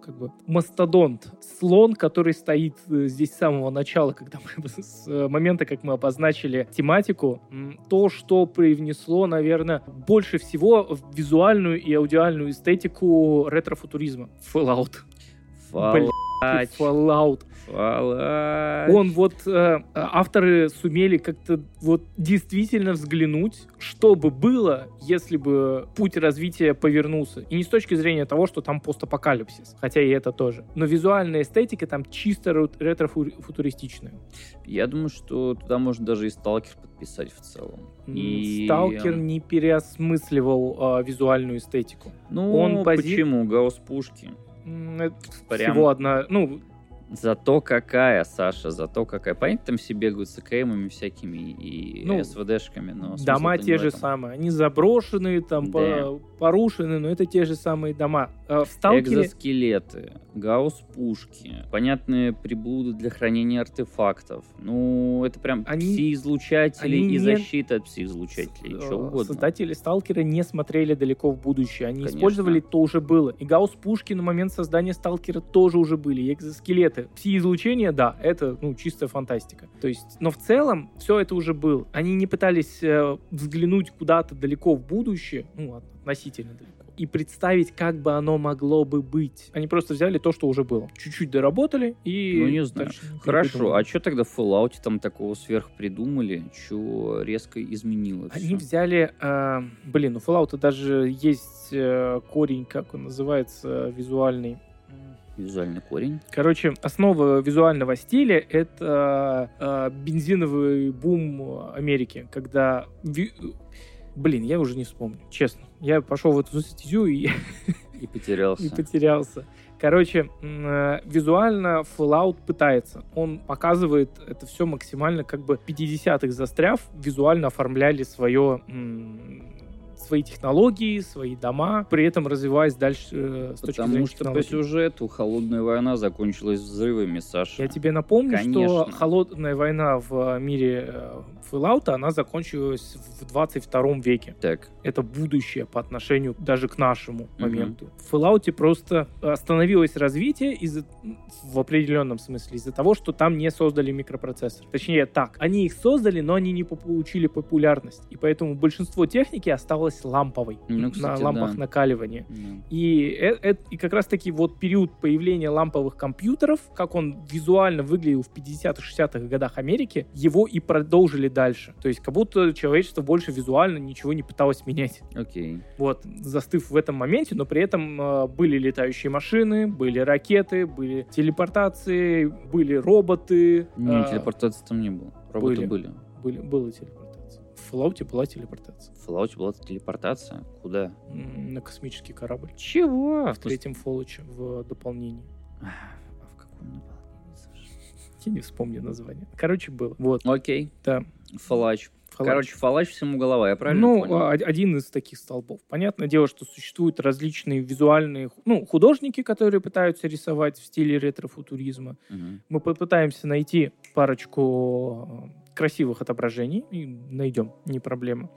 мастодонт, слон, который стоит здесь с самого начала, когда мы, с момента, как мы обозначили тематику, то, что привнесло, наверное, больше всего в визуальную и аудиальную эстетику ретро-футуризма. Fallout. Fallout. Он вот, авторы сумели как-то вот действительно взглянуть, что бы было, если бы путь развития повернулся. И не с точки зрения того, что там постапокалипсис, хотя и это тоже. Но визуальная эстетика там чисто ретро-футуристичная. Я думаю, что туда можно даже и Сталкер подписать в целом. Сталкер не переосмысливал визуальную эстетику. Ну, почему? Гаусс-пушки. Всего одна... Зато какая, Саша, зато какая. Понятно, там все бегают с АКМами всякими и СВДшками, но дома те же самые. Они заброшенные, там, порушены, но это те же самые дома. В Сталкере... Экзоскелеты, гаусс-пушки, понятные приблуды для хранения артефактов. Ну, это прям пси-излучатели и защита от пси-излучателей, что угодно. Создатели Сталкера не смотрели далеко в будущее. Они использовали то уже было. И гаусс-пушки на момент создания Сталкера тоже уже были. И экзоскелеты. Пси-излучение, да, это, чистая фантастика. То есть, но в целом все это уже было. Они не пытались взглянуть куда-то далеко в будущее, относительно далеко, и представить, как бы оно могло бы быть. Они просто взяли то, что уже было. чуть-чуть доработали и... не знаю. Хорошо, а что тогда в Fallout там такого сверхпридумали, что резко изменилось? Они взяли... у Fallout даже есть корень, как он называется, визуальный. Визуальный корень. Короче, основа визуального стиля — это бензиновый бум Америки, когда... я уже не вспомню, честно. Я пошел в эту стезю и потерялся. Короче, визуально Fallout пытается. Он показывает это все максимально, как бы 50-х застряв, визуально оформляли свои технологии, свои дома, при этом развиваясь дальше с точки зрения технологий. Потому что по сюжету холодная война закончилась взрывами, Саша. Я тебе напомню, что холодная война в мире Fallout, она закончилась в 22 веке. Так. Это будущее по отношению даже к нашему моменту. В Fallout просто остановилось развитие в определенном смысле из-за того, что там не создали микропроцессор. Точнее так, они их создали, но они не получили популярность. И поэтому большинство техники осталось ламповой, кстати, на лампах накаливания. И как раз-таки период появления ламповых компьютеров, как он визуально выглядел в 50-х, 60-х годах Америки, его и продолжили дальше. То есть как будто человечество больше визуально ничего не пыталось менять. Окей. Застыв в этом моменте, но при этом были летающие машины, были ракеты, были телепортации, были роботы. Телепортации там не было. Роботы были. Была телепортация. В Fallout была телепортация. В Fallout была телепортация? Куда? На космический корабль. Чего? В третьем Fallout в дополнении. А в каком дополнении, Саша? Я не вспомню название. Короче, было. Окей. Да. Fallout. Короче, Fallout всему голова, я правильно понял? Один из таких столбов. Понятное дело, что существуют различные визуальные... художники, которые пытаются рисовать в стиле ретро-футуризма. Мы попытаемся найти парочку красивых отображений. И найдем, не проблема.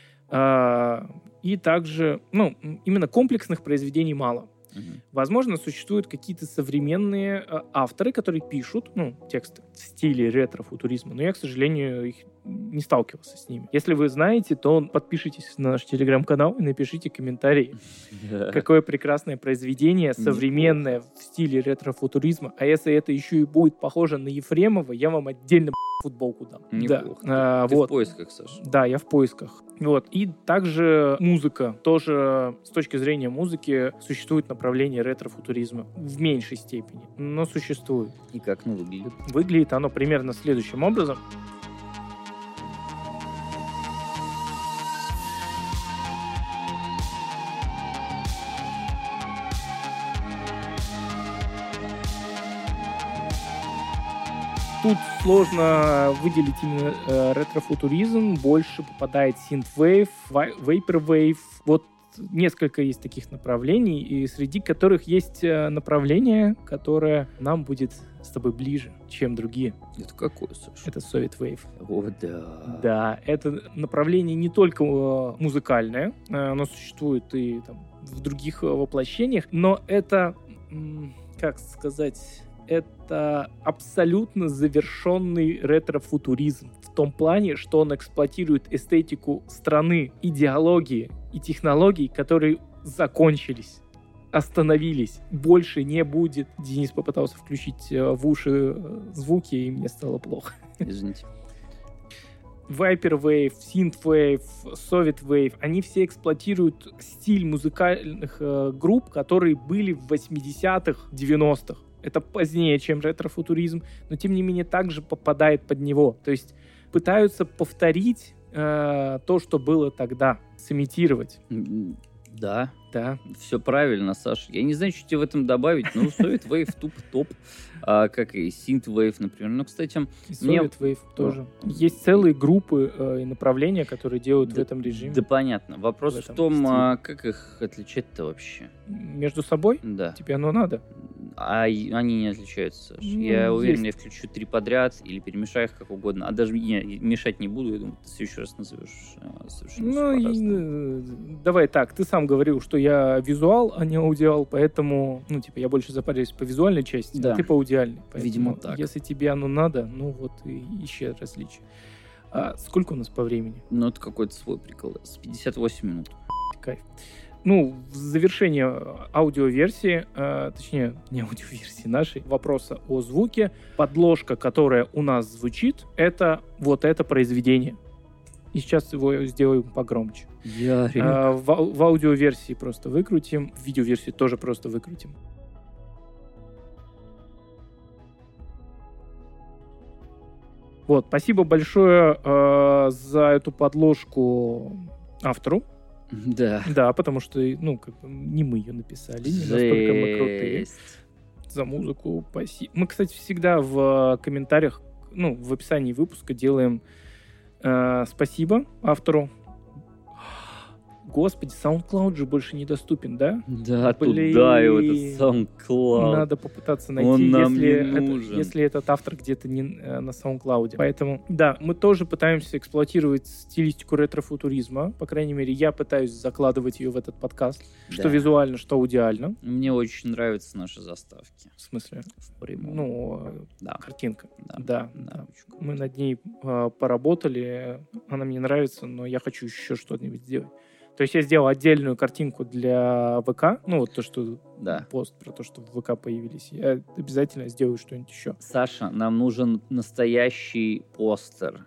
И также, именно комплексных произведений мало. Возможно, существуют какие-то современные авторы, которые пишут тексты в стиле ретро-футуризма, но я, к сожалению, их не сталкивался с ними. Если вы знаете, то подпишитесь на наш телеграм-канал и напишите комментарий. Какое прекрасное произведение, современное в стиле ретро-футуризма. А если это еще и будет похоже на Ефремова, я вам отдельно футболку дам. Неплохо. Ты в поисках, Саша. Да, я в поисках. И также музыка. Тоже с точки зрения музыки существует направление ретро-футуризма. В меньшей степени, но существует. И как оно выглядит? Выглядит оно примерно следующим образом. Тут сложно выделить именно ретро-футуризм. Больше попадает синт-вейв, вейпер-вейв. Несколько есть таких направлений, и среди которых есть направление, которое нам будет с тобой ближе, чем другие. Это какое, Саша? Это Soviet Wave. О, да. Да, это направление не только музыкальное, оно существует и в других воплощениях, но это, как сказать... Это абсолютно завершенный ретро-футуризм в том плане, что он эксплуатирует эстетику страны, идеологии и технологий, которые закончились, остановились, больше не будет. Денис попытался включить в уши звуки, и мне стало плохо. Извините. Vaporwave, Synthwave, Soviet Wave, они все эксплуатируют стиль музыкальных групп, которые были в 80-х, 90-х. Это позднее, чем ретро-футуризм, но тем не менее также попадает под него. То есть пытаются повторить то, что было тогда, сымитировать. Да, Да. Все правильно, Саша. Я не знаю, что тебе в этом добавить, но Soviet Wave тупо топ, как и Synthwave, например. Ну, кстати, и Soviet Wave тоже. Есть целые группы и направления, которые делают в этом режиме. Да, понятно. Вопрос в том, как их отличать-то вообще? Между собой? Да. Тебе оно надо? А они не отличаются, Саша. Я уверен, я включу 3 подряд или перемешаю их как угодно. А даже мешать не буду, я думаю, ты в следующий раз назовешь совершенно давай так, ты сам говорил, что я визуал, а не аудиал, поэтому, я больше запарюсь по визуальной части, а ты по аудиальной. Поэтому, видимо, так. Если тебе оно надо, и ищи различия. А сколько у нас по времени? Это какой-то свой прикол. 58 минут. Кайф. В завершение аудиоверсии, точнее, не аудиоверсии нашей, вопроса о звуке, подложка, которая у нас звучит, это вот это произведение. И сейчас его сделаем погромче. В аудиоверсии просто выкрутим, в видеоверсии тоже просто выкрутим. Вот, спасибо большое за эту подложку автору. Да, потому что, не мы ее написали, не настолько мы крутые. За музыку спасибо. Мы, кстати, всегда в комментариях, в описании выпуска делаем спасибо автору. Господи, SoundCloud же больше недоступен, да? Да, туда его этот SoundCloud. Надо попытаться найти, если этот автор где-то не на SoundCloud. Поэтому, да, мы тоже пытаемся эксплуатировать стилистику ретро-футуризма. По крайней мере, я пытаюсь закладывать ее в этот подкаст. Да. Что визуально, что аудиально. Мне очень нравятся наши заставки. В смысле? В прямом. Картинка. Да. Мы над ней поработали. Она мне нравится, но я хочу еще что-нибудь сделать. То есть я сделал отдельную картинку для ВК, то, что пост про то, что в ВК появились. Я обязательно сделаю что-нибудь еще. Саша, нам нужен настоящий постер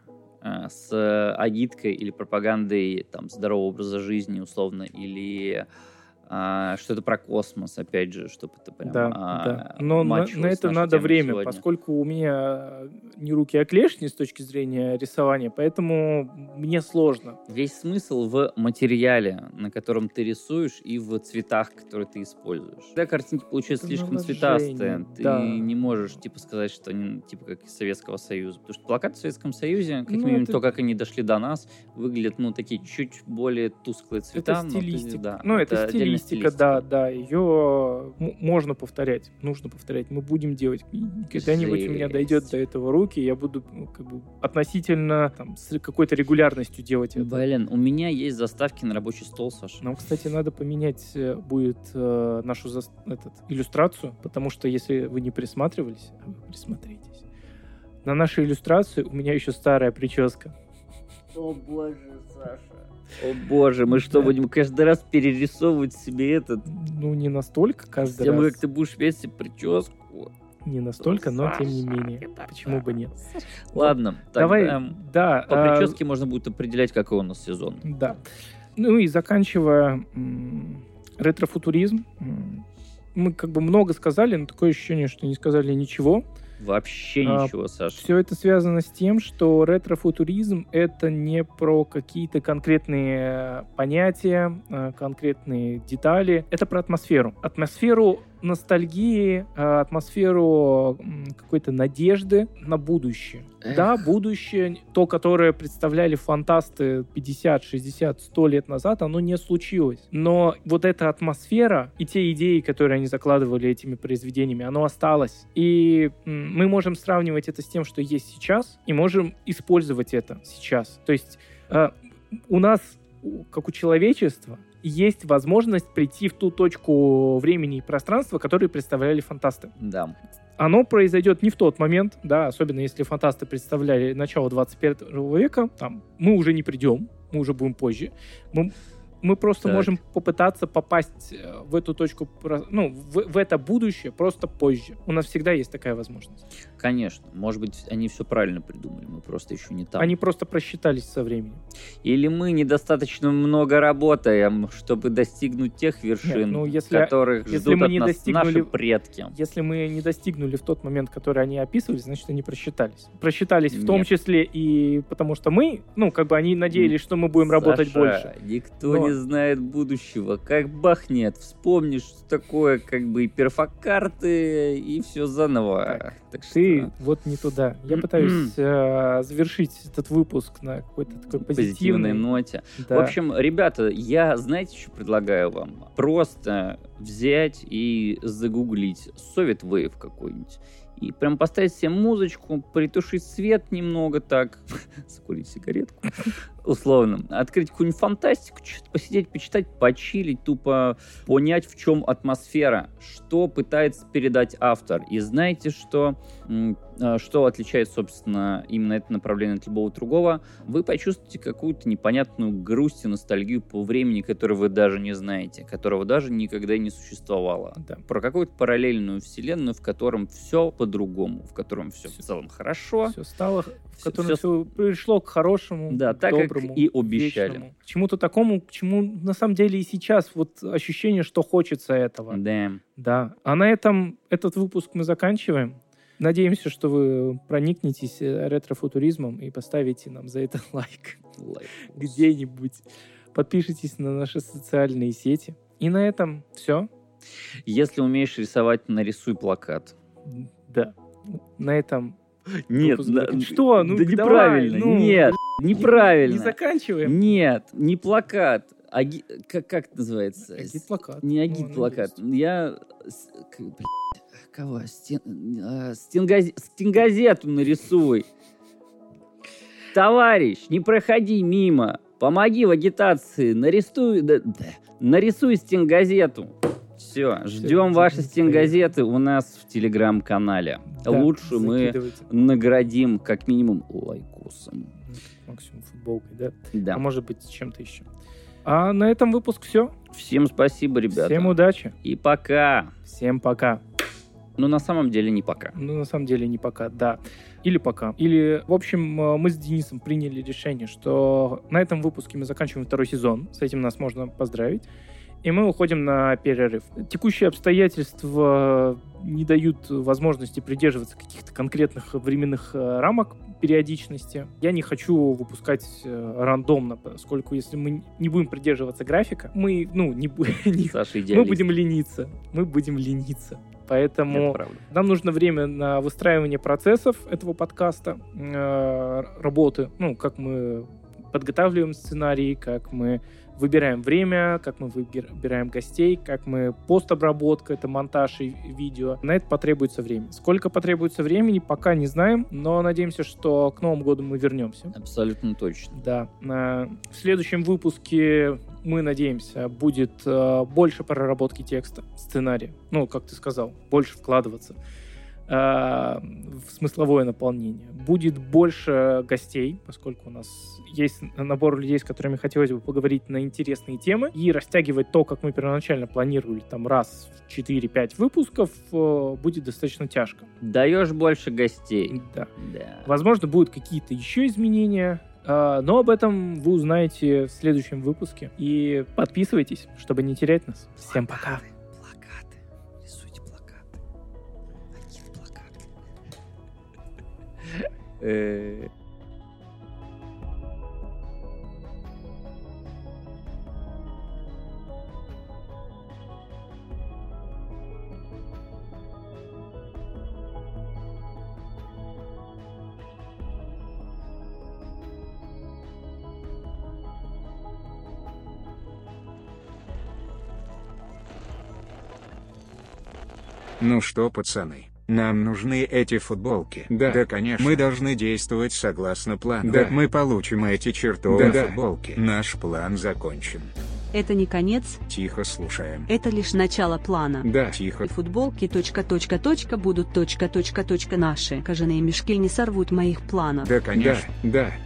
с агиткой или пропагандой здорового образа жизни, условно, или что-то про космос, опять же, чтобы это прям но на это надо время, сегодня. Поскольку у меня не руки, а клешни с точки зрения рисования, поэтому мне сложно. Весь смысл в материале, на котором ты рисуешь, и в цветах, которые ты используешь. Когда картинки получаются слишком цветастые, ты не можешь сказать, что они как из Советского Союза. Потому что плакаты в Советском Союзе, как минимум то, как они дошли до нас, выглядят такие чуть более тусклые цвета. Это стилистика. Это стилистика. Да, ее можно повторять, нужно повторять. Мы будем делать. Когда-нибудь у меня дойдет до этого руки, я буду относительно с какой-то регулярностью делать это. Блин, у меня есть заставки на рабочий стол, Саша. Нам, кстати, надо поменять будет нашу иллюстрацию, потому что если вы не присматривались, вы присмотритесь. На нашей иллюстрации у меня еще старая прическа. О боже, Саша. О боже, мы что, будем каждый раз перерисовывать себе этот? Не настолько каждый раз. Как ты будешь менять себе прическу. Не настолько, но тем не менее. Почему бы нет? Ладно, давай, по прическе можно будет определять, какой у нас сезон. Да. И заканчивая ретро-футуризм, мы много сказали, но такое ощущение, что не сказали ничего. Вообще ничего, Саша. Все это связано с тем, что ретро-футуризм — это не про какие-то конкретные понятия, конкретные детали. Это про атмосферу. Атмосферу ностальгии, атмосферу какой-то надежды на будущее. Да, будущее, то, которое представляли фантасты 50, 60, 100 лет назад, оно не случилось. Но вот эта атмосфера и те идеи, которые они закладывали этими произведениями, оно осталось. И мы можем сравнивать это с тем, что есть сейчас, и можем использовать это сейчас. То есть у нас, как у человечества, есть возможность прийти в ту точку времени и пространства, которые представляли фантасты. Да. Оно произойдет не в тот момент, да, особенно если фантасты представляли начало 21 века, мы уже не придем, мы уже будем позже. Мы просто можем попытаться попасть в эту точку, в это будущее просто позже. У нас всегда есть такая возможность. Конечно. Может быть, они все правильно придумали, мы просто еще не там. Они просто просчитались со временем. Или мы недостаточно много работаем, чтобы достигнуть тех вершин, которых ждут от нас наши предки. Если мы не достигнули в тот момент, который они описывали, значит, они просчитались. Просчитались в том числе и потому, что мы, они надеялись, что мы будем работать больше. Никто не знает будущего. Как бахнет, вспомнишь, что такое как бы и перфокарты, и все заново. Так что... Ты вот не туда. Я пытаюсь завершить этот выпуск на какой-то такой позитивной ноте. Да. В общем, ребята, я, знаете, что предлагаю вам? Просто взять и загуглить Soviet Wave какой-нибудь. И прям поставить себе музычку, притушить свет немного так, закурить сигаретку, условно. Открыть какую-нибудь фантастику, что-то посидеть, почитать, почилить, тупо понять, в чем атмосфера, что пытается передать автор. И знаете, что отличает, собственно, именно это направление от любого другого? Вы почувствуете какую-то непонятную грусть и ностальгию по времени, которое вы даже не знаете, которого даже никогда и не существовало. Да. Про какую-то параллельную вселенную, в котором все по-другому, в котором все в целом хорошо. Все стало, в котором все пришло к хорошему, да, к так, доброму, как и обещали. вечному. К чему-то такому, к чему на самом деле и сейчас вот ощущение, что хочется этого. Да. Да. А на этом этот выпуск мы заканчиваем. Надеемся, что вы проникнетесь ретро-футуризмом и поставите нам за это лайк. Где-нибудь. Подпишитесь на наши социальные сети. И на этом все. Если умеешь рисовать, нарисуй плакат. Да. На этом... Нет, что? Ну, да неправильно. Давай, нет, неправильно. Не заканчиваем? Нет, не плакат. Как это называется? Агит-плакат. Не агит-плакат. Я... Кого? Стенгазету нарисуй. Товарищ, не проходи мимо. Помоги в агитации. Нарисуй стенгазету. Все, ждем ваши стенгазеты у нас в телеграм-канале. Да, лучше мы наградим как минимум лайкосом. Максимум футболкой, да? Да. А может быть, чем-то еще. А на этом выпуск все. Всем спасибо, ребята. Всем удачи. И пока. Всем пока. Ну, на самом деле, не пока. Ну, на самом деле, не пока, да. Или пока. Или, в общем, мы с Денисом приняли решение, что на этом выпуске мы заканчиваем второй сезон. С этим нас можно поздравить. И мы уходим на перерыв. Текущие обстоятельства не дают возможности придерживаться каких-то конкретных временных рамок периодичности. Я не хочу выпускать рандомно, поскольку если мы не будем придерживаться графика, мы будем лениться. Мы будем лениться. Поэтому нам нужно время на выстраивание процессов этого подкаста, работы, как мы подготавливаем сценарий, как мы выбираем время, как мы выбираем гостей, как мы постобработка, это монтаж и видео. На это потребуется время. Сколько потребуется времени, пока не знаем, но надеемся, что к Новому году мы вернемся. Абсолютно точно. Да. В следующем выпуске, мы надеемся, будет больше проработки текста, сценария. Как ты сказал, больше вкладываться в смысловое наполнение. Будет больше гостей, поскольку у нас есть набор людей, с которыми хотелось бы поговорить на интересные темы, и растягивать то, как мы первоначально планировали, раз в 4-5 выпусков, будет достаточно тяжко. Даешь больше гостей. Да. Возможно, будут какие-то еще изменения, но об этом вы узнаете в следующем выпуске. И подписывайтесь, чтобы не терять нас. Всем пока. Ну что, пацаны, нам нужны эти футболки. Да, конечно. Мы должны действовать согласно плану. Да, мы получим эти чертовы футболки. Наш план закончен. Это не конец. Тихо слушаем. Это лишь начало плана. Да, тихо. Футболки ... будут ... наши кожаные мешки не сорвут моих планов. Да, конечно. Да.